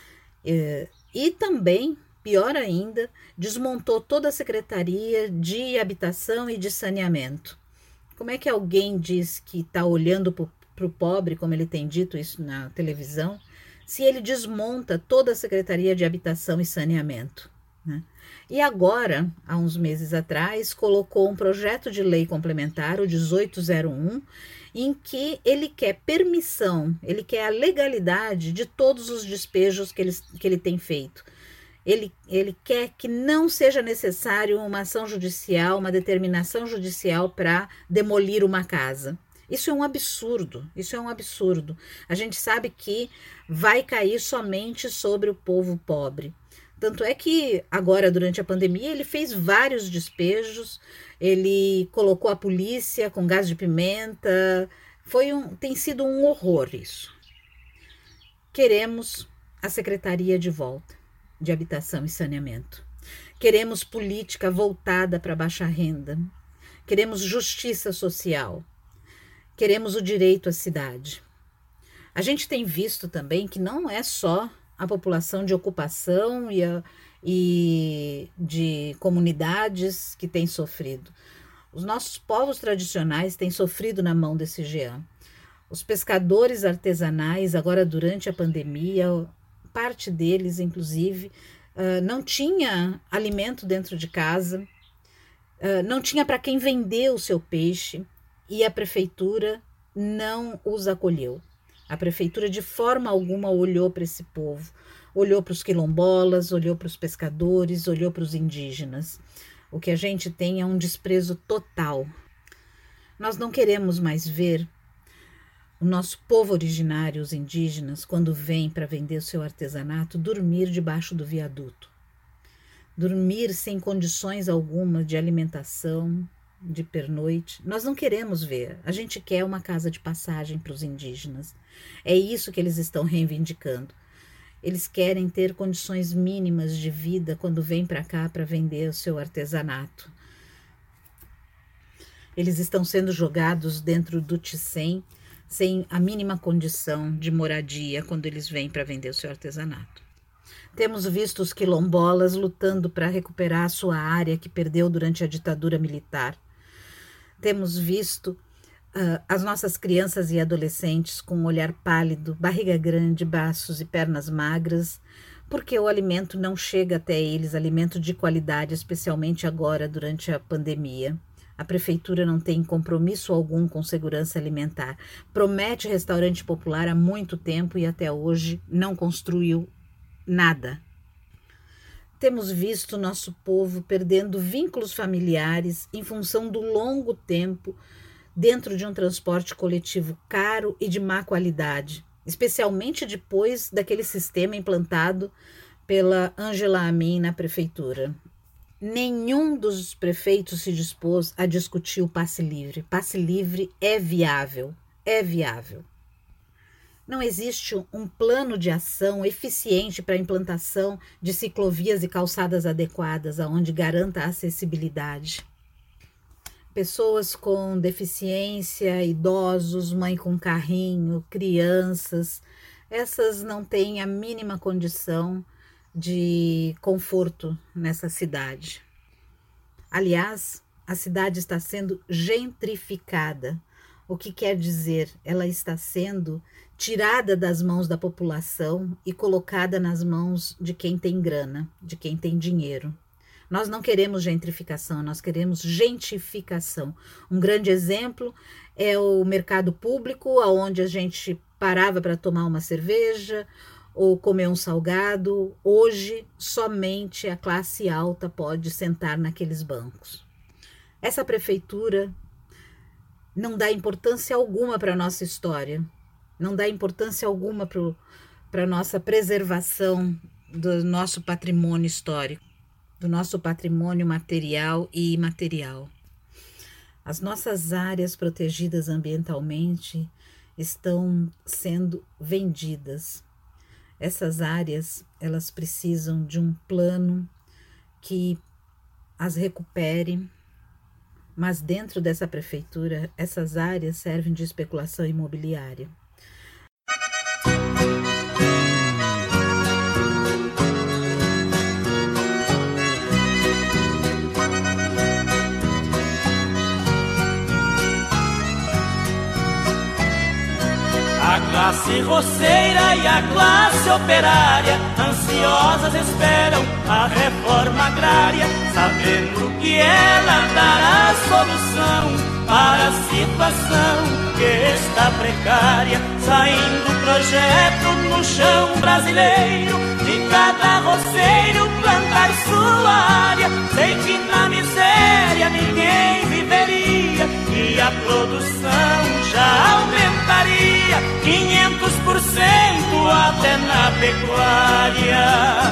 P: E também, pior ainda, desmontou toda a Secretaria de Habitação e de Saneamento. Como é que alguém diz que está olhando para o pobre, como ele tem dito isso na televisão, se ele desmonta toda a Secretaria de Habitação e Saneamento, né? E agora, há uns meses atrás, colocou um projeto de lei complementar, o 1801, em que ele quer permissão, ele quer a legalidade de todos os despejos que ele tem feito. Ele quer que não seja necessário uma ação judicial, uma determinação judicial para demolir uma casa. Isso é um absurdo, isso é um absurdo. A gente sabe que vai cair somente sobre o povo pobre. Tanto é que agora, durante a pandemia, ele fez vários despejos, ele colocou a polícia com gás de pimenta, tem sido um horror isso. Queremos a Secretaria de volta, de Habitação e Saneamento. Queremos política voltada para a baixa renda. Queremos justiça social. Queremos o direito à cidade. A gente tem visto também que não é só a população de ocupação e de comunidades que tem sofrido. Os nossos povos tradicionais têm sofrido na mão desse GEAM. Os pescadores artesanais, agora durante a pandemia, parte deles, inclusive, não tinha alimento dentro de casa, não tinha para quem vender o seu peixe, e a prefeitura não os acolheu. A prefeitura de forma alguma olhou para esse povo, olhou para os quilombolas, olhou para os pescadores, olhou para os indígenas. O que a gente tem é um desprezo total. Nós não queremos mais ver o nosso povo originário, os indígenas, quando vem para vender o seu artesanato, dormir debaixo do viaduto. Dormir sem condições alguma de alimentação, de pernoite. Nós não queremos ver. A gente quer uma casa de passagem para os indígenas. É isso que eles estão reivindicando. Eles querem ter condições mínimas de vida quando vêm para cá para vender o seu artesanato. Eles estão sendo jogados dentro do Ticem sem a mínima condição de moradia quando eles vêm para vender o seu artesanato. Temos visto os quilombolas lutando para recuperar a sua área que perdeu durante a ditadura militar. Temos visto as nossas crianças e adolescentes com um olhar pálido, barriga grande, braços e pernas magras, porque o alimento não chega até eles, alimento de qualidade, especialmente agora durante a pandemia. A prefeitura não tem compromisso algum com segurança alimentar. Promete restaurante popular há muito tempo e até hoje não construiu nada. Temos visto nosso povo perdendo vínculos familiares em função do longo tempo dentro de um transporte coletivo caro e de má qualidade, especialmente depois daquele sistema implantado pela Ângela Amin na prefeitura. Nenhum dos prefeitos se dispôs a discutir o passe livre. Passe livre é viável, é viável. Não existe um plano de ação eficiente para a implantação de ciclovias e calçadas adequadas, aonde garanta a acessibilidade. Pessoas com deficiência, idosos, mãe com carrinho, crianças, essas não têm a mínima condição de conforto nessa cidade. Aliás, a cidade está sendo gentrificada. O que quer dizer, ela está sendo tirada das mãos da população e colocada nas mãos de quem tem grana, de quem tem dinheiro. Nós não queremos gentrificação, nós queremos gentificação. Um grande exemplo é o mercado público, onde a gente parava para tomar uma cerveja ou comer um salgado. Hoje, somente a classe alta pode sentar naqueles bancos. Essa prefeitura não dá importância alguma para a nossa história, não dá importância alguma para a nossa preservação do nosso patrimônio histórico, do nosso patrimônio material e imaterial. As nossas áreas protegidas ambientalmente estão sendo vendidas. Essas áreas, elas precisam de um plano que as recupere, mas dentro dessa prefeitura, essas áreas servem de especulação imobiliária.
J: A classe roceira e a classe operária ansiosas esperam a reforma agrária, sabendo que ela dará solução para a situação que está precária. Saindo projeto no chão brasileiro, de cada roceiro plantar sua área. Sei que na miséria ninguém viveria e a produção já aumentaria 500% até na pecuária.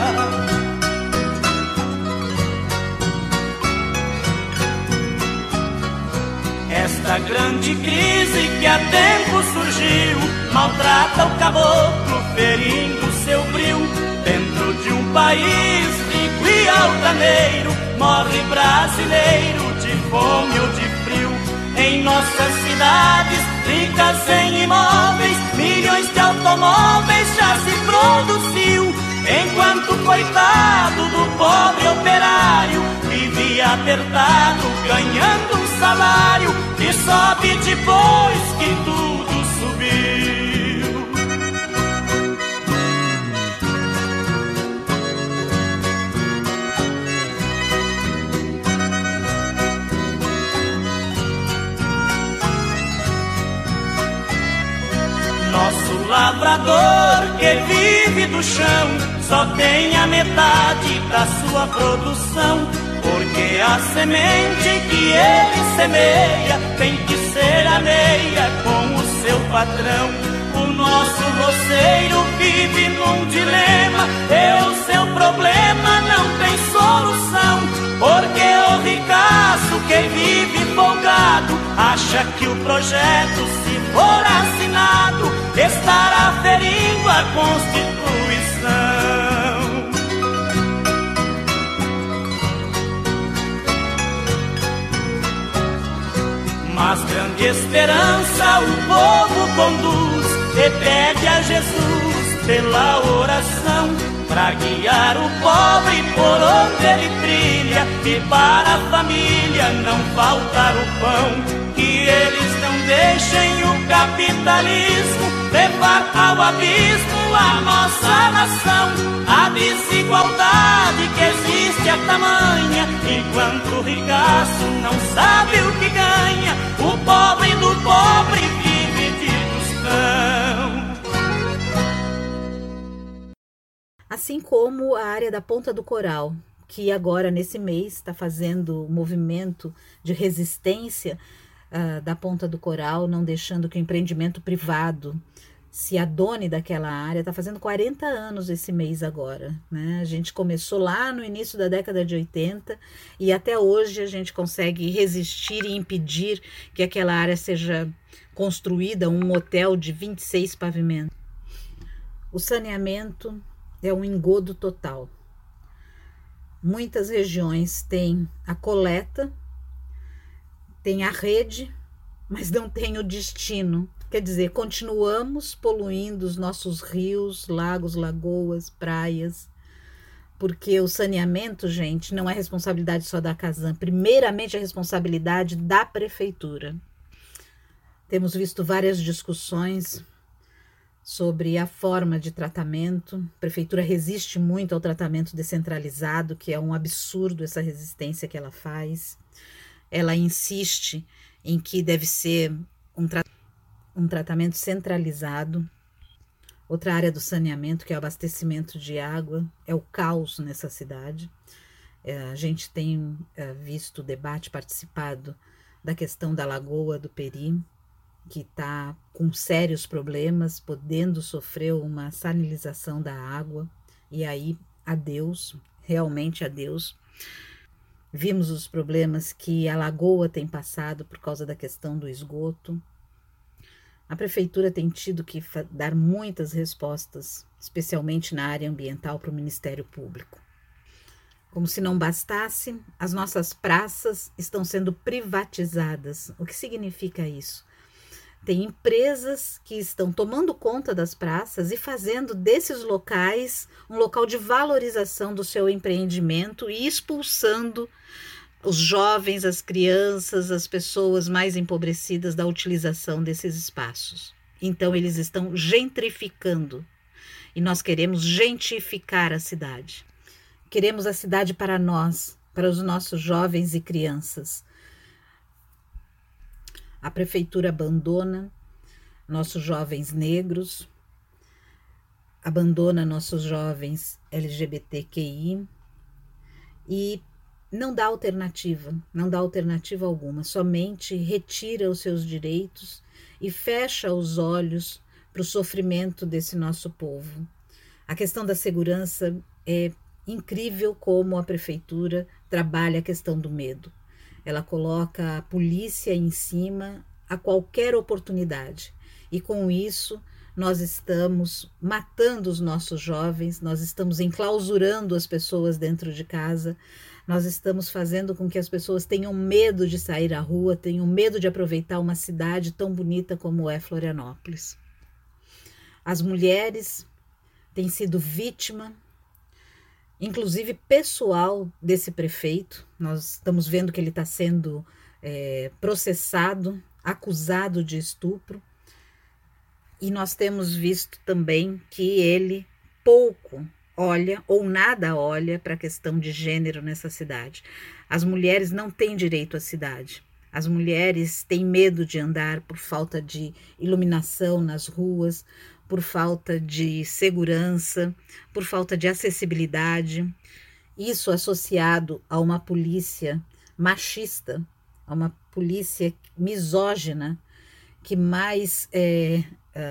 J: Esta grande crise que há tempo surgiu maltrata o caboclo, ferindo seu bril. Dentro de um país rico e altaneiro, morre brasileiro de fome ou de frio. Em nossas cidades, ricas em imóveis, milhões de automóveis já se produziu. Enquanto o coitado do pobre operário vivia apertado, ganhando um salário que sobe depois que tudo subiu. Nosso lavrador que vive do chão só tem a metade da sua produção, porque a semente que ele semeia tem que ser a meia com o seu patrão. O nosso roceiro vive num dilema, e o seu problema não tem solução, porque o ricaço que vive folgado acha que o projeto, se for assinado, estará ferindo a Constituição. Mas grande esperança o povo conduz e pede a Jesus pela oração, pra guiar o pobre por onde ele trilha, e para a família não faltar o pão. Que eles não deixem o capitalismo levar ao abismo a nossa nação. A desigualdade que existe é tamanha, enquanto o ricaço não sabe o que ganha, o pobre do pobre vive de tostão.
P: Assim como a área da Ponta do Coral, que agora nesse mês está fazendo um movimento de resistência da Ponta do Coral, não deixando que o empreendimento privado se adone daquela área. Está fazendo 40 anos esse mês agora, né? A gente começou lá no início da década de 80 e até hoje a gente consegue resistir e impedir que aquela área seja construída um hotel de 26 pavimentos. O saneamento é um engodo total. Muitas regiões têm a coleta, tem a rede, mas não tem o destino. Quer dizer, continuamos poluindo os nossos rios, lagos, lagoas, praias, porque o saneamento, gente, não é responsabilidade só da Casan. Primeiramente, é responsabilidade da prefeitura. Temos visto várias discussões sobre a forma de tratamento. A prefeitura resiste muito ao tratamento descentralizado, que é um absurdo essa resistência que ela faz. Ela insiste em que deve ser um tratamento centralizado. Outra área do saneamento, que é o abastecimento de água, é o caos nessa cidade. A gente tem visto o debate, participado da questão da Lagoa do Peri, que está com sérios problemas, podendo sofrer uma salinização da água, e aí adeus, realmente adeus. Vimos os problemas que a Lagoa tem passado por causa da questão do esgoto. A prefeitura tem tido que dar muitas respostas, especialmente na área ambiental, para o Ministério Público. Como se não bastasse, as nossas praças estão sendo privatizadas. O que significa isso? Tem empresas que estão tomando conta das praças e fazendo desses locais um local de valorização do seu empreendimento e expulsando os jovens, as crianças, as pessoas mais empobrecidas da utilização desses espaços. Então, eles estão gentrificando e nós queremos gentificar a cidade. Queremos a cidade para nós, para os nossos jovens e crianças. A prefeitura abandona nossos jovens negros, abandona nossos jovens LGBTQI e não dá alternativa alguma, somente retira os seus direitos e fecha os olhos para o sofrimento desse nosso povo. A questão da segurança é incrível como a prefeitura trabalha a questão do medo. Ela coloca a polícia em cima a qualquer oportunidade. E com isso, nós estamos matando os nossos jovens, nós estamos enclausurando as pessoas dentro de casa, nós estamos fazendo com que as pessoas tenham medo de sair à rua, tenham medo de aproveitar uma cidade tão bonita como é Florianópolis. As mulheres têm sido vítima, inclusive pessoal, desse prefeito. Nós estamos vendo que ele está sendo processado, acusado de estupro, e nós temos visto também que ele pouco olha ou nada olha para a questão de gênero nessa cidade. As mulheres não têm direito à cidade. As mulheres têm medo de andar por falta de iluminação nas ruas, por falta de segurança, por falta de acessibilidade. Isso associado a uma polícia machista, a uma polícia misógina, que mais é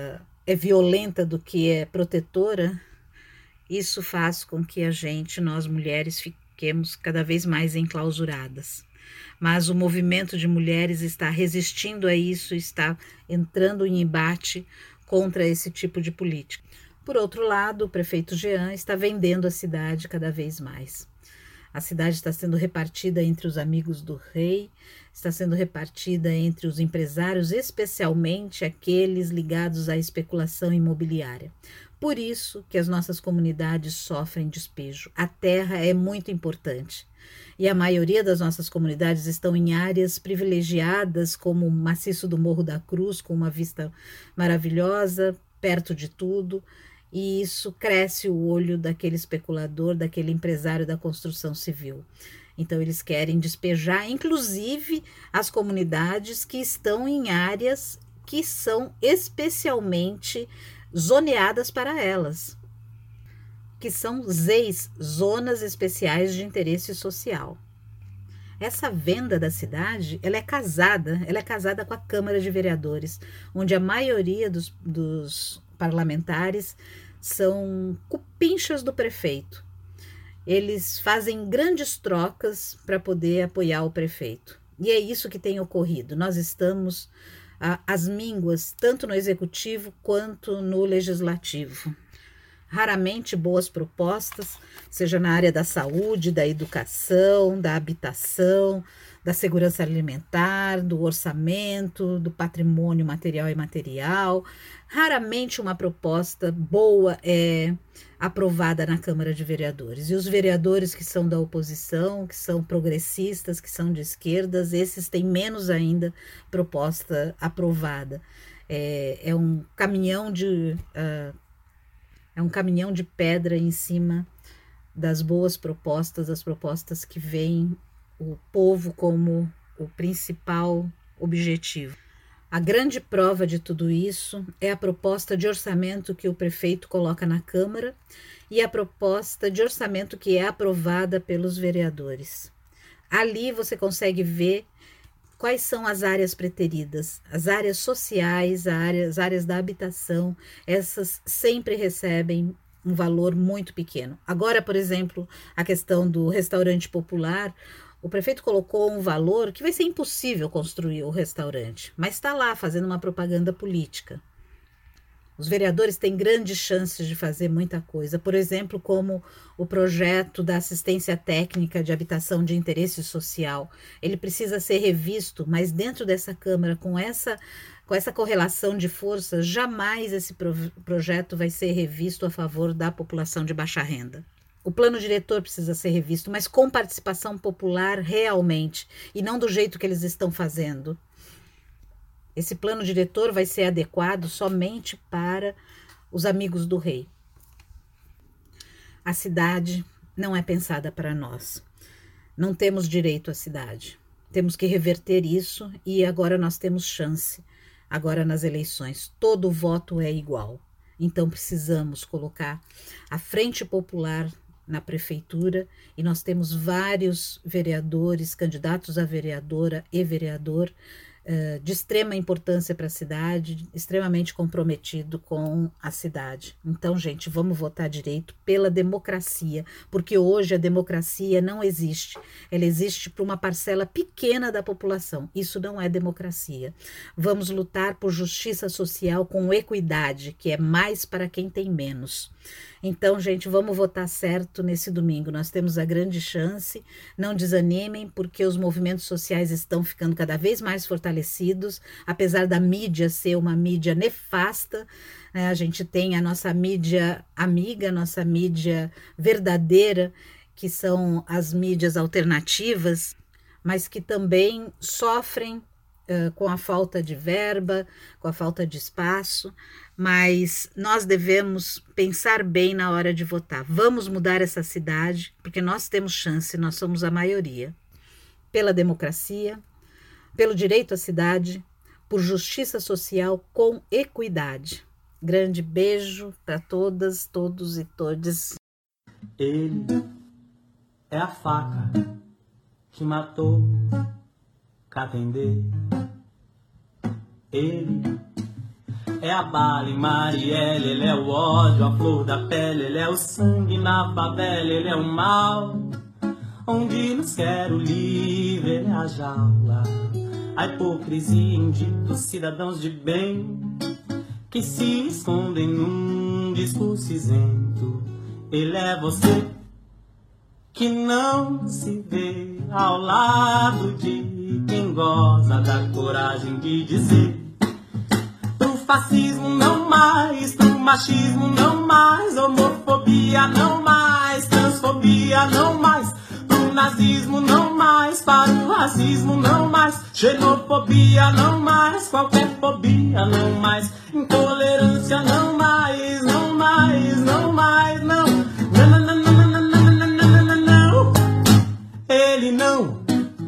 P: violenta do que é protetora, isso faz com que nós mulheres, fiquemos cada vez mais enclausuradas. Mas o movimento de mulheres está resistindo a isso, está entrando em embate contra esse tipo de política. Por outro lado, o prefeito Jean está vendendo a cidade cada vez mais. A cidade está sendo repartida entre os amigos do rei, está sendo repartida entre os empresários, especialmente aqueles ligados à especulação imobiliária. Por isso que as nossas comunidades sofrem despejo. A terra é muito importante. E a maioria das nossas comunidades estão em áreas privilegiadas, como o maciço do Morro da Cruz, com uma vista maravilhosa, perto de tudo, e isso cresce o olho daquele especulador, daquele empresário da construção civil. Então eles querem despejar, inclusive, as comunidades que estão em áreas que são especialmente zoneadas para elas, que são ZEIS, Zonas Especiais de Interesse Social. Essa venda da cidade, ela é casada com a Câmara de Vereadores, onde a maioria dos parlamentares são cupinchas do prefeito. Eles fazem grandes trocas para poder apoiar o prefeito. E é isso que tem ocorrido. Nós estamos às mínguas, tanto no executivo quanto no legislativo. raramente boas propostas, seja na área da saúde, da educação, da habitação, da segurança alimentar, do orçamento, do patrimônio material e imaterial. Raramente uma proposta boa é aprovada na Câmara de Vereadores. E os vereadores que são da oposição, que são progressistas, que são de esquerdas, esses têm menos ainda proposta aprovada. É um caminhão de pedra em cima das boas propostas, das propostas que veem o povo como o principal objetivo. A grande prova de tudo isso é a proposta de orçamento que o prefeito coloca na Câmara e a proposta de orçamento que é aprovada pelos vereadores. Ali você consegue ver quais são as áreas preteridas, as áreas sociais, as áreas da habitação. Essas sempre recebem um valor muito pequeno. Agora, por exemplo, a questão do restaurante popular, o prefeito colocou um valor que vai ser impossível construir o restaurante, mas está lá fazendo uma propaganda política. Os vereadores têm grandes chances de fazer muita coisa, por exemplo, como o projeto da assistência técnica de habitação de interesse social. Ele precisa ser revisto, mas dentro dessa Câmara, com essa correlação de forças, jamais esse projeto vai ser revisto a favor da população de baixa renda. O plano diretor precisa ser revisto, mas com participação popular realmente, e não do jeito que eles estão fazendo. Esse plano diretor vai ser adequado somente para os amigos do rei. A cidade não é pensada para nós. Não temos direito à cidade. Temos que reverter isso e agora nós temos chance. Agora nas eleições, todo voto é igual. Então precisamos colocar a Frente Popular na prefeitura e nós temos vários vereadores, candidatos a vereadora e vereador de extrema importância para a cidade, extremamente comprometido com a cidade. Então, gente, vamos votar direito pela democracia, porque hoje a democracia não existe. Ela existe para uma parcela pequena da população. Isso não é democracia. Vamos lutar por justiça social com equidade, que é mais para quem tem menos. Então, gente, vamos votar certo nesse domingo. Nós temos a grande chance. Não desanimem, porque os movimentos sociais estão ficando cada vez mais fortalecidos, apesar da mídia ser uma mídia nefasta. A gente tem a nossa mídia amiga, a nossa mídia verdadeira, que são as mídias alternativas, mas que também sofrem com a falta de verba, com a falta de espaço, mas nós devemos pensar bem na hora de votar. Vamos mudar essa cidade, porque nós temos chance, nós somos a maioria. Pela democracia, pelo direito à cidade, por justiça social com equidade. Grande beijo para todas, todos e todes.
Q: Ele é a faca que matou Catendê. Ele é a bala em Marielle, ele é o ódio, a flor da pele, ele é o sangue na favela, ele é o mal. Onde nos quer o livre, ele é a jaula. A hipocrisia indita os cidadãos de bem que se escondem num discurso isento. Ele é você que não se vê ao lado de quem goza da coragem de dizer: pro fascismo não mais, pro machismo não mais, homofobia não mais, transfobia não mais, pro nazismo não mais, para o racismo não mais, xenofobia não mais, qualquer fobia não mais, intolerância não mais, não mais, não mais, não. Ele não.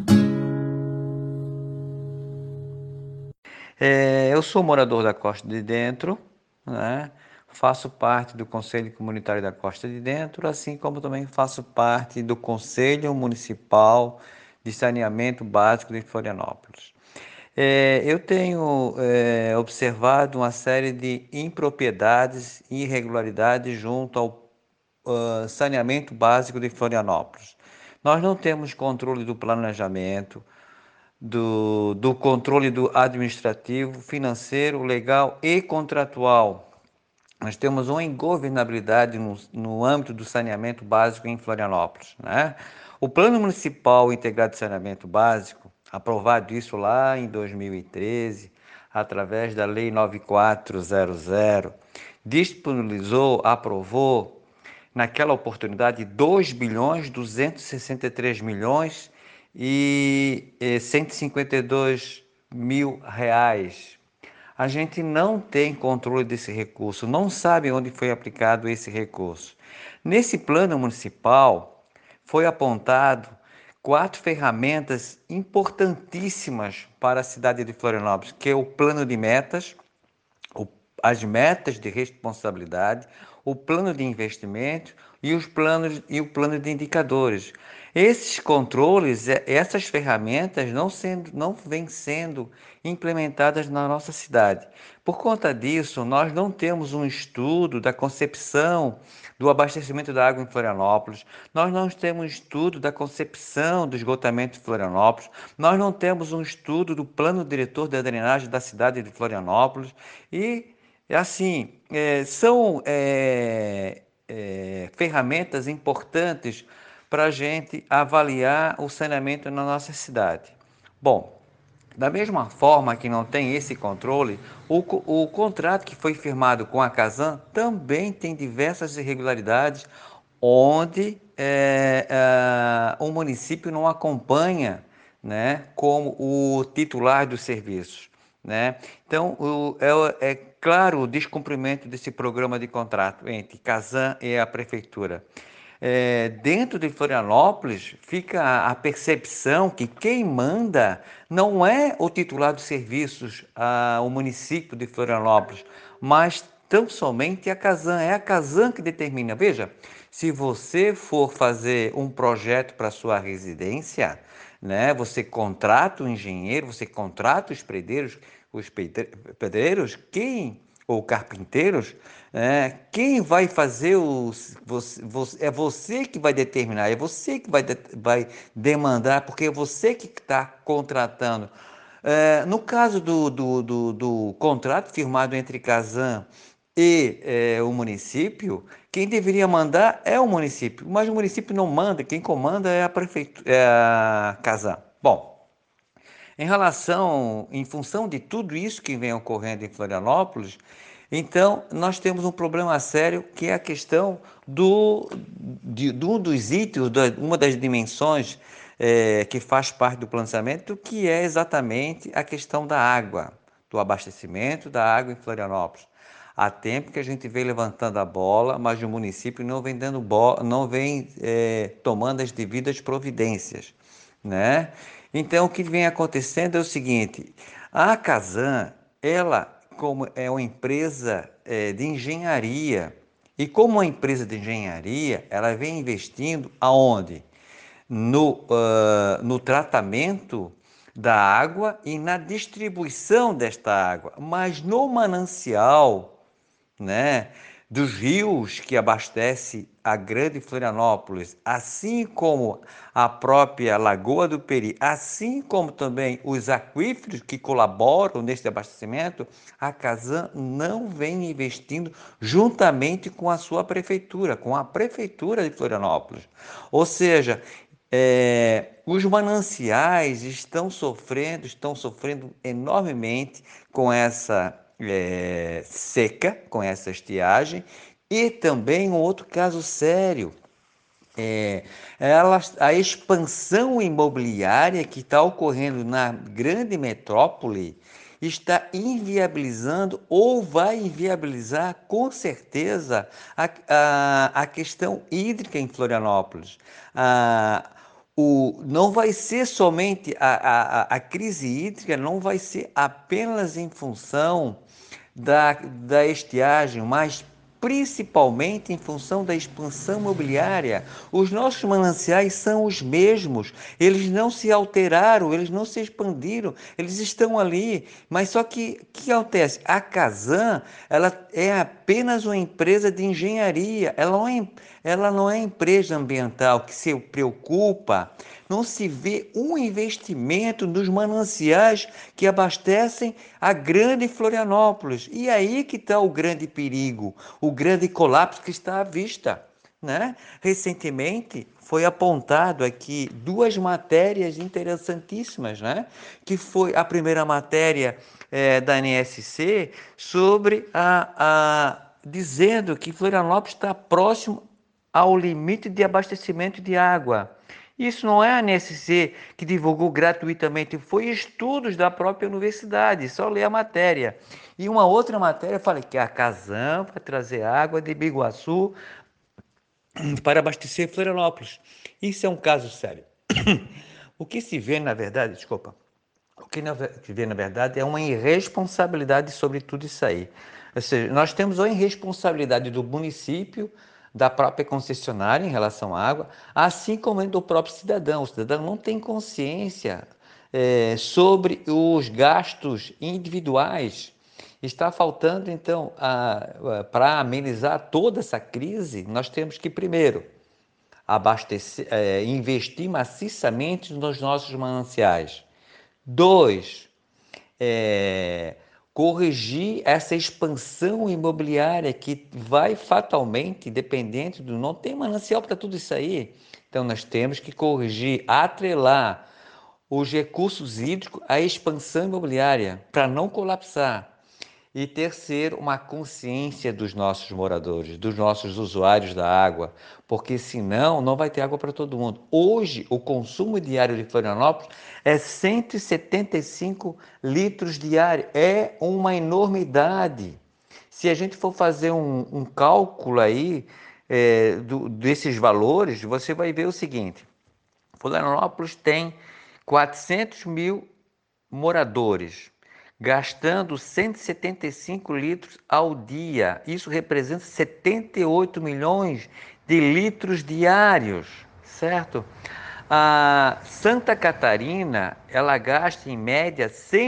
R: Eu sou morador da Costa de Dentro, né? Faço parte do Conselho Comunitário da Costa de Dentro, assim como também faço parte do Conselho Municipal de Saneamento Básico de Florianópolis. Eu tenho observado uma série de impropriedades e irregularidades junto ao saneamento básico de Florianópolis. Nós não temos controle do planejamento, do controle do administrativo, financeiro, legal e contratual Nós temos uma ingovernabilidade no âmbito do saneamento básico em Florianópolis, né? O Plano Municipal Integrado de Saneamento Básico, aprovado isso lá em 2013, através da Lei 9400, disponibilizou, aprovou, naquela oportunidade, 2.263 milhões e 152 mil reais. A gente não tem controle desse recurso, não sabe onde foi aplicado esse recurso. Nesse plano municipal, foi apontado 4 ferramentas importantíssimas para a cidade de Florianópolis, que é o plano de metas, as metas de responsabilidade, o plano de investimento e o plano de indicadores. Esses controles, essas ferramentas não vêm sendo implementadas na nossa cidade. Por conta disso, nós não temos um estudo da concepção do abastecimento da água em Florianópolis, nós não temos um estudo da concepção do esgotamento de Florianópolis, nós não temos um estudo do plano diretor da drenagem da cidade de Florianópolis e, assim, são ferramentas importantes para a gente avaliar o saneamento na nossa cidade. Bom, da mesma forma que não tem esse controle, o contrato que foi firmado com a Casan também tem diversas irregularidades, onde o município não acompanha, né, como o titular dos serviços, né? Então, é claro o descumprimento desse programa de contrato entre Casan e a Prefeitura. Dentro de Florianópolis fica a percepção que quem manda não é o titular dos serviços, o município de Florianópolis, mas tão somente a Casan. É a Casan que determina. Veja, se você for fazer um projeto para sua residência, né, você contrata um engenheiro, você contrata os pedreiros, ou carpinteiros, quem vai fazer é você que vai determinar, é você que vai demandar, porque é você que está contratando. No caso do contrato firmado entre Casan e o município, quem deveria mandar é o município, mas o município não manda, quem comanda é a prefeitura, é a Casan. Bom, em função de tudo isso que vem ocorrendo em Florianópolis, então nós temos um problema sério, que é a questão um dos itens, uma das dimensões que faz parte do planejamento, que é exatamente a questão da água, do abastecimento da água em Florianópolis. Há tempo que a gente vem levantando a bola, mas o município não vem tomando as devidas providências, né? Então, o que vem acontecendo é o seguinte: a Casan, ela, como é uma empresa de engenharia, e como uma empresa de engenharia, ela vem investindo aonde? No tratamento da água e na distribuição desta água, mas no manancial, né, dos rios que abastece a grande Florianópolis, assim como a própria Lagoa do Peri, assim como também os aquíferos que colaboram neste abastecimento, a Casan não vem investindo juntamente com a sua prefeitura, com a prefeitura de Florianópolis. Ou seja, os mananciais estão sofrendo enormemente com essa seca, com essa estiagem. E também um outro caso sério, a expansão imobiliária que está ocorrendo na grande metrópole está inviabilizando ou vai inviabilizar com certeza a questão hídrica em Florianópolis. Não vai ser somente a crise hídrica, não vai ser apenas em função da estiagem, mas principalmente em função da expansão imobiliária. Os nossos mananciais são os mesmos, eles não se alteraram, eles não se expandiram, eles estão ali. Mas só que o que acontece? A Casan, ela é apenas uma empresa de engenharia, ela não é empresa ambiental que se preocupa. Não se vê um investimento nos mananciais que abastecem a grande Florianópolis. E aí que está o grande perigo, o grande colapso que está à vista, né? Recentemente foi apontado aqui 2 matérias interessantíssimas, né? Que foi a primeira matéria da NSC sobre dizendo que Florianópolis está próximo ao limite de abastecimento de água. Isso não é a NSC que divulgou gratuitamente, foi estudos da própria universidade, só ler a matéria. E uma outra matéria, eu falei que a Casan vai trazer água de Biguaçu para abastecer Florianópolis. Isso é um caso sério. O que se vê, na verdade, é uma irresponsabilidade sobre tudo isso aí. Ou seja, nós temos a irresponsabilidade do município, da própria concessionária em relação à água, assim como do próprio cidadão. O cidadão não tem consciência sobre os gastos individuais. Está faltando, então, para amenizar toda essa crise, nós temos que, primeiro, investir maciçamente nos nossos mananciais. 2, corrigir essa expansão imobiliária que vai fatalmente, dependente do... Não tem manancial para tudo isso aí. Então, nós temos que corrigir, atrelar os recursos hídricos à expansão imobiliária, para não colapsar. E terceiro, uma consciência dos nossos moradores, dos nossos usuários da água, porque senão não vai ter água para todo mundo. Hoje, o consumo diário de Florianópolis é 175 litros diários, é uma enormidade. Se a gente for fazer um cálculo aí desses valores, você vai ver o seguinte: Florianópolis tem 400 mil moradores, gastando 175 litros ao dia. Isso representa 78 milhões de litros diários, certo? A Santa Catarina, ela gasta em média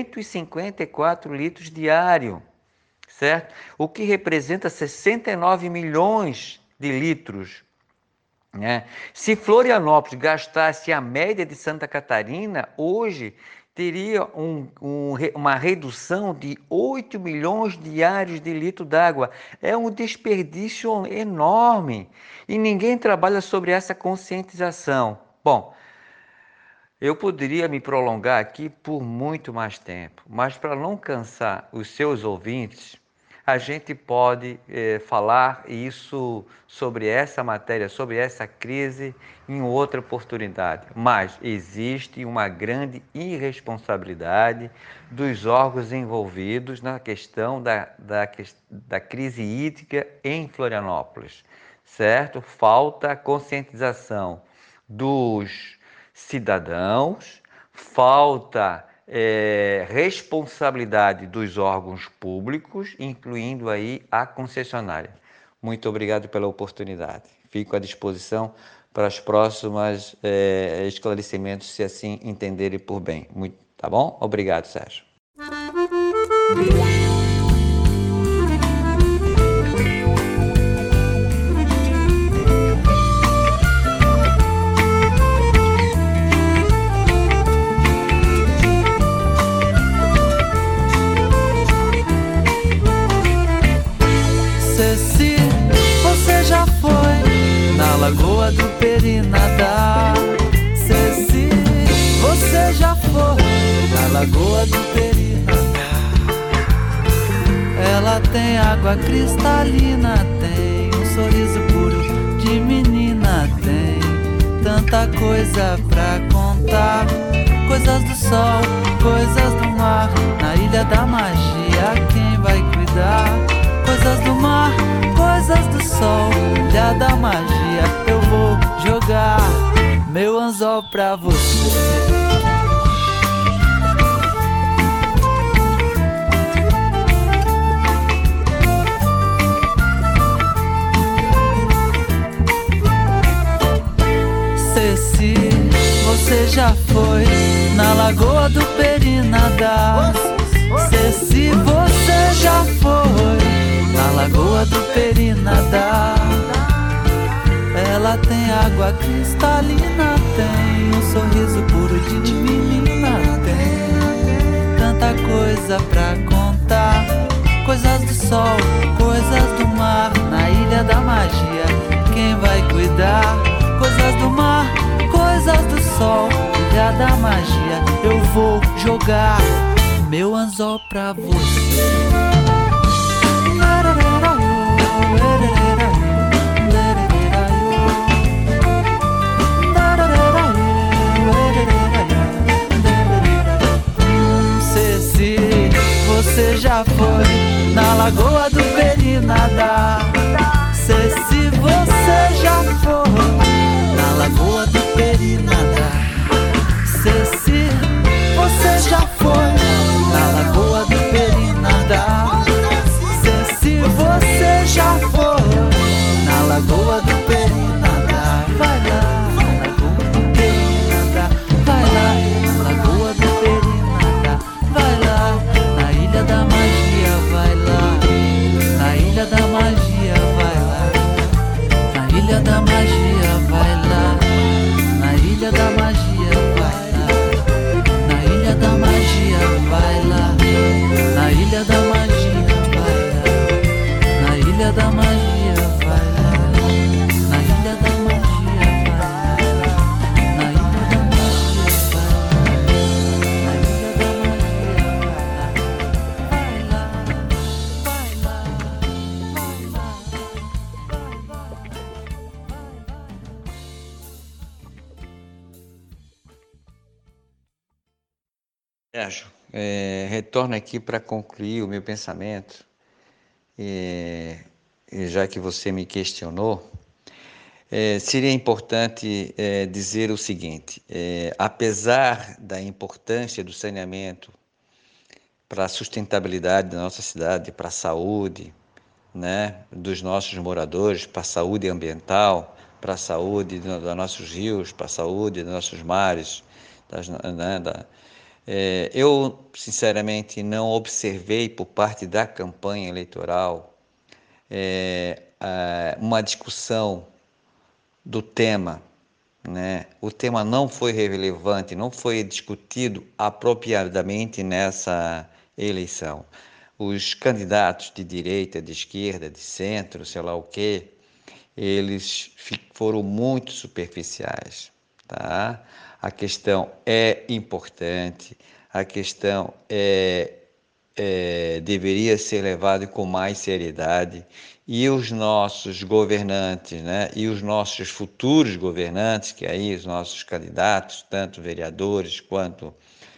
R: 154 litros diário, certo? O que representa 69 milhões de litros, né? Se Florianópolis gastasse a média de Santa Catarina, hoje teria uma redução de 8 milhões diários de litro d'água. É um desperdício enorme e ninguém trabalha sobre essa conscientização. Bom, eu poderia me prolongar aqui por muito mais tempo, mas para não cansar os seus ouvintes, a gente pode falar isso sobre essa matéria, sobre essa crise em outra oportunidade. Mas existe uma grande irresponsabilidade dos órgãos envolvidos na questão da crise hídrica em Florianópolis, certo? Falta conscientização dos cidadãos, falta responsabilidade dos órgãos públicos, incluindo aí a concessionária. Muito obrigado pela oportunidade. Fico à disposição para os próximos esclarecimentos, se assim entenderem por bem. Tá bom? Obrigado, Sérgio.
S: Ceci, você já foi na Lagoa do Peri nadar? Ceci, você já foi na Lagoa do Peri nadar? Ela tem água cristalina, tem um sorriso puro de menina, tem tanta coisa pra contar. Coisas do sol, coisas do mar, na Ilha da Magia quem vai cuidar? Coisas do mar, coisas do sol, Ilha da Magia, eu vou jogar meu anzol pra você. você já foi na Lagoa do Peri nadar? Se você já foi na Lagoa do Peri nadar? Ela tem água cristalina, tem um sorriso puro de menina, tem tanta coisa pra contar. Coisas do sol, coisas do mar, na Ilha da Magia, quem vai cuidar? Coisas do mar, coisas do sol, Ilha da Magia, eu vou jogar meu anzol pra você. Você já foi na Lagoa do Peri nadar? Se você já foi na Lagoa do Peri nadar? Se você já foi na Lagoa do Peri nadar? Se você já foi na Lagoa do Peri nadar? Vai lá na Lagoa do Peri nadar, vai lá na Lagoa do Peri nadar, vai lá na Ilha da Magia, vai lá na Ilha da Magia, vai lá na Ilha da Magia, vai lá na Ilha da Magia, vai lá na Ilha da Magia, vai lá na Ilha da Magia, vai lá na Ilha da Magia, vai lá na Ilha da Magia, vai lá na Ilha da Magia, vai lá na Ilha da
R: Sérgio, retorno aqui para concluir o meu pensamento, já que você me questionou, seria importante dizer o seguinte: apesar da importância do saneamento para a sustentabilidade da nossa cidade, para a saúde, né, dos nossos moradores, para a saúde ambiental, para a saúde dos nossos rios, para a saúde dos nossos mares, eu, sinceramente, não observei por parte da campanha eleitoral uma discussão do tema, né? O tema não foi relevante, não foi discutido apropriadamente nessa eleição. Os candidatos de direita, de esquerda, de centro, sei lá o quê, eles foram muito superficiais, tá? A questão é importante, a questão deveria ser levada com mais seriedade, e os nossos governantes, né, e os nossos futuros governantes, que aí os nossos candidatos, tanto vereadores quanto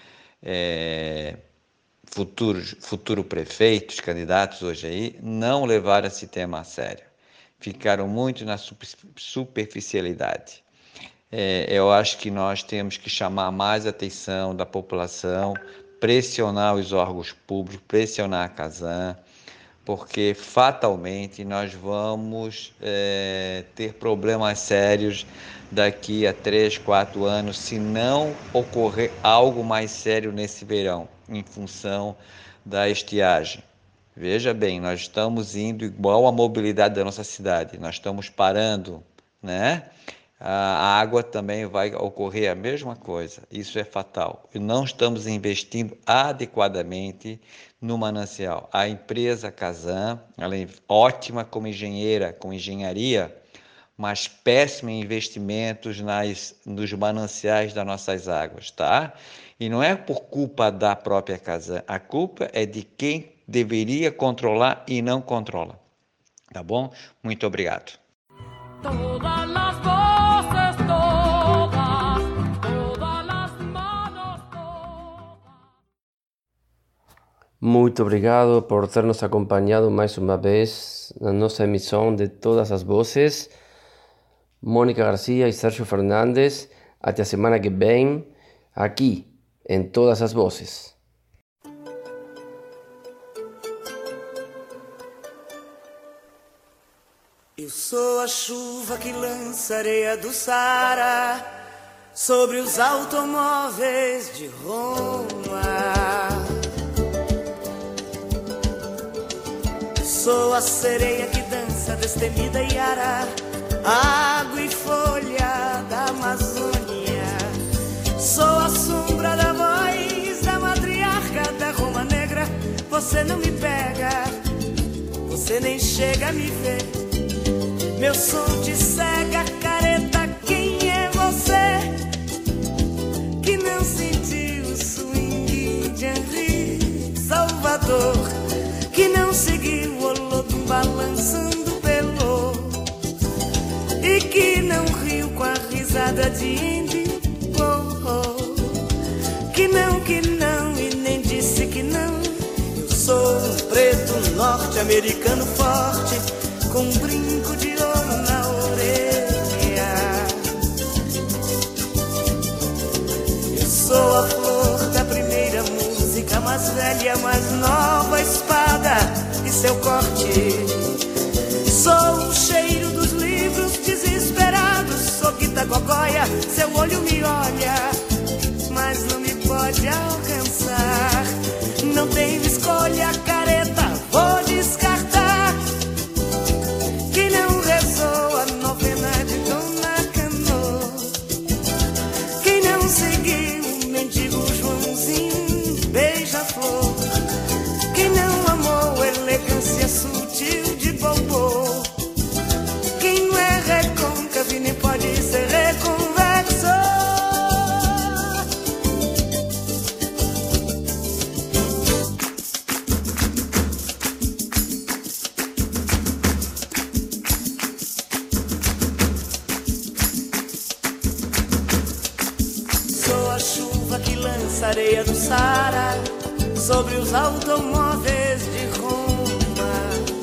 R: futuro prefeitos, candidatos hoje aí, não levaram esse tema a sério. Ficaram muito na superficialidade. Eu acho que nós temos que chamar mais a atenção da população, pressionar os órgãos públicos, pressionar a Casan, porque fatalmente nós vamos ter problemas sérios daqui a 3, 4 anos, se não ocorrer algo mais sério nesse verão, em função da estiagem. Veja bem, nós estamos indo igual à mobilidade da nossa cidade, nós estamos parando, né? A água também vai ocorrer a mesma coisa, isso é fatal. E não estamos investindo adequadamente no manancial. A empresa Casan, ela é ótima como engenheira, com engenharia, mas péssima em investimentos nos mananciais das nossas águas, tá? E não é por culpa da própria Casan, a culpa é de quem deveria controlar e não controla, tá bom? Muito obrigado.
A: Todas las voces, todas las manos,
B: Muito obrigado por ter nos acompanhado mais uma vez na nossa emissão de Todas as Vozes. Mônica Garcia e Sérgio Fernandes, até a semana que vem, aqui em Todas as Vozes.
T: Eu sou a chuva que lança areia do Saara sobre os automóveis de Roma. Sou a sereia que dança destemida e ara, água e folha da Amazônia. Sou a sombra da voz da matriarca da Roma Negra. Você não me pega, você nem chega a me ver. Meu som te cega, careta. Quem é você que não sentiu o swing de Henri Salvador, que não seguiu o Olodum balançando pelo, e que não riu com a risada de Indy? Que não, e nem disse que não. Eu sou um preto norte-americano forte, com um brinco de ouro na orelha. Eu sou a flor da primeira música, mais velha, mais nova espada e seu corte. Sou o cheiro dos livros desesperados, sou Quitagogóia, seu olho me olha, mas não me pode alcançar. Não tenho escolha, careta, vou descartar. Que não rezou a novena de Dona Cano, quem não seguiu o mendigo Joãozinho beija-flor, quem não amou a elegância sutil de Bobô, quem não é recôncavo e nem pode ser reconvexo. Areia do Saara sobre os automóveis de Roma.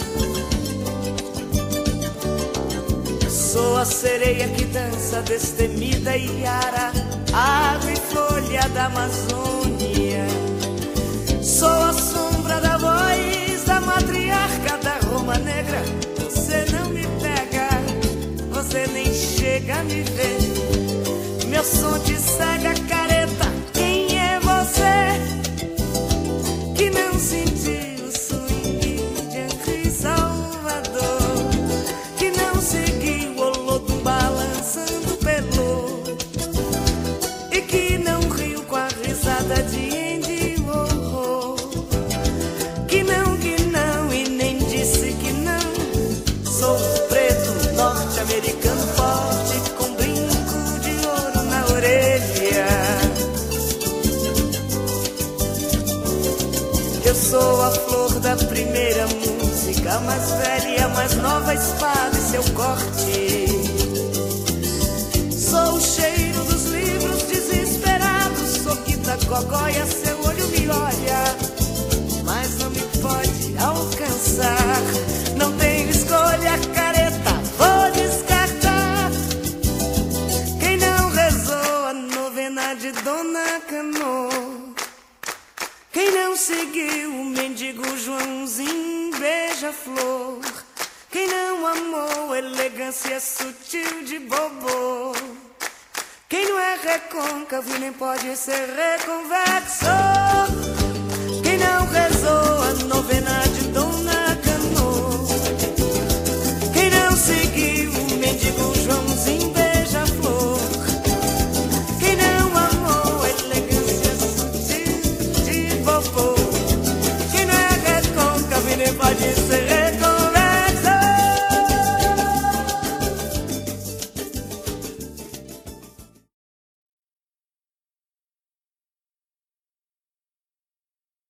T: Sou a sereia que dança destemida e ara, água e folha da Amazônia. Sou a sombra da voz da matriarca da Roma Negra. Você não me pega, você nem chega a me ver. Meu som te cega, careta. Que não sentiu o swing de Henri Salvador, que não seguiu o Olodum balançando pelo, e que não riu com a risada de Indy Warhol. Que não, e nem disse que não. Sou preto norte-americano forte, com brinco de ouro na orelha. Eu sou a flor da primeira música, mais velha, mais nova espada e seu corte. Sou o cheiro dos livros desesperados, sou Quitagogóia, seu olho me olha, mas não me pode alcançar. Não tenho escolha, careta, vou descartar. Quem não rezou a novena de Dona Cano, quem não seguiu o mendigo Joãozinho beija-flor, quem não amou a elegância sutil de Bobô, quem não é recôncavo e nem pode ser reconvexo.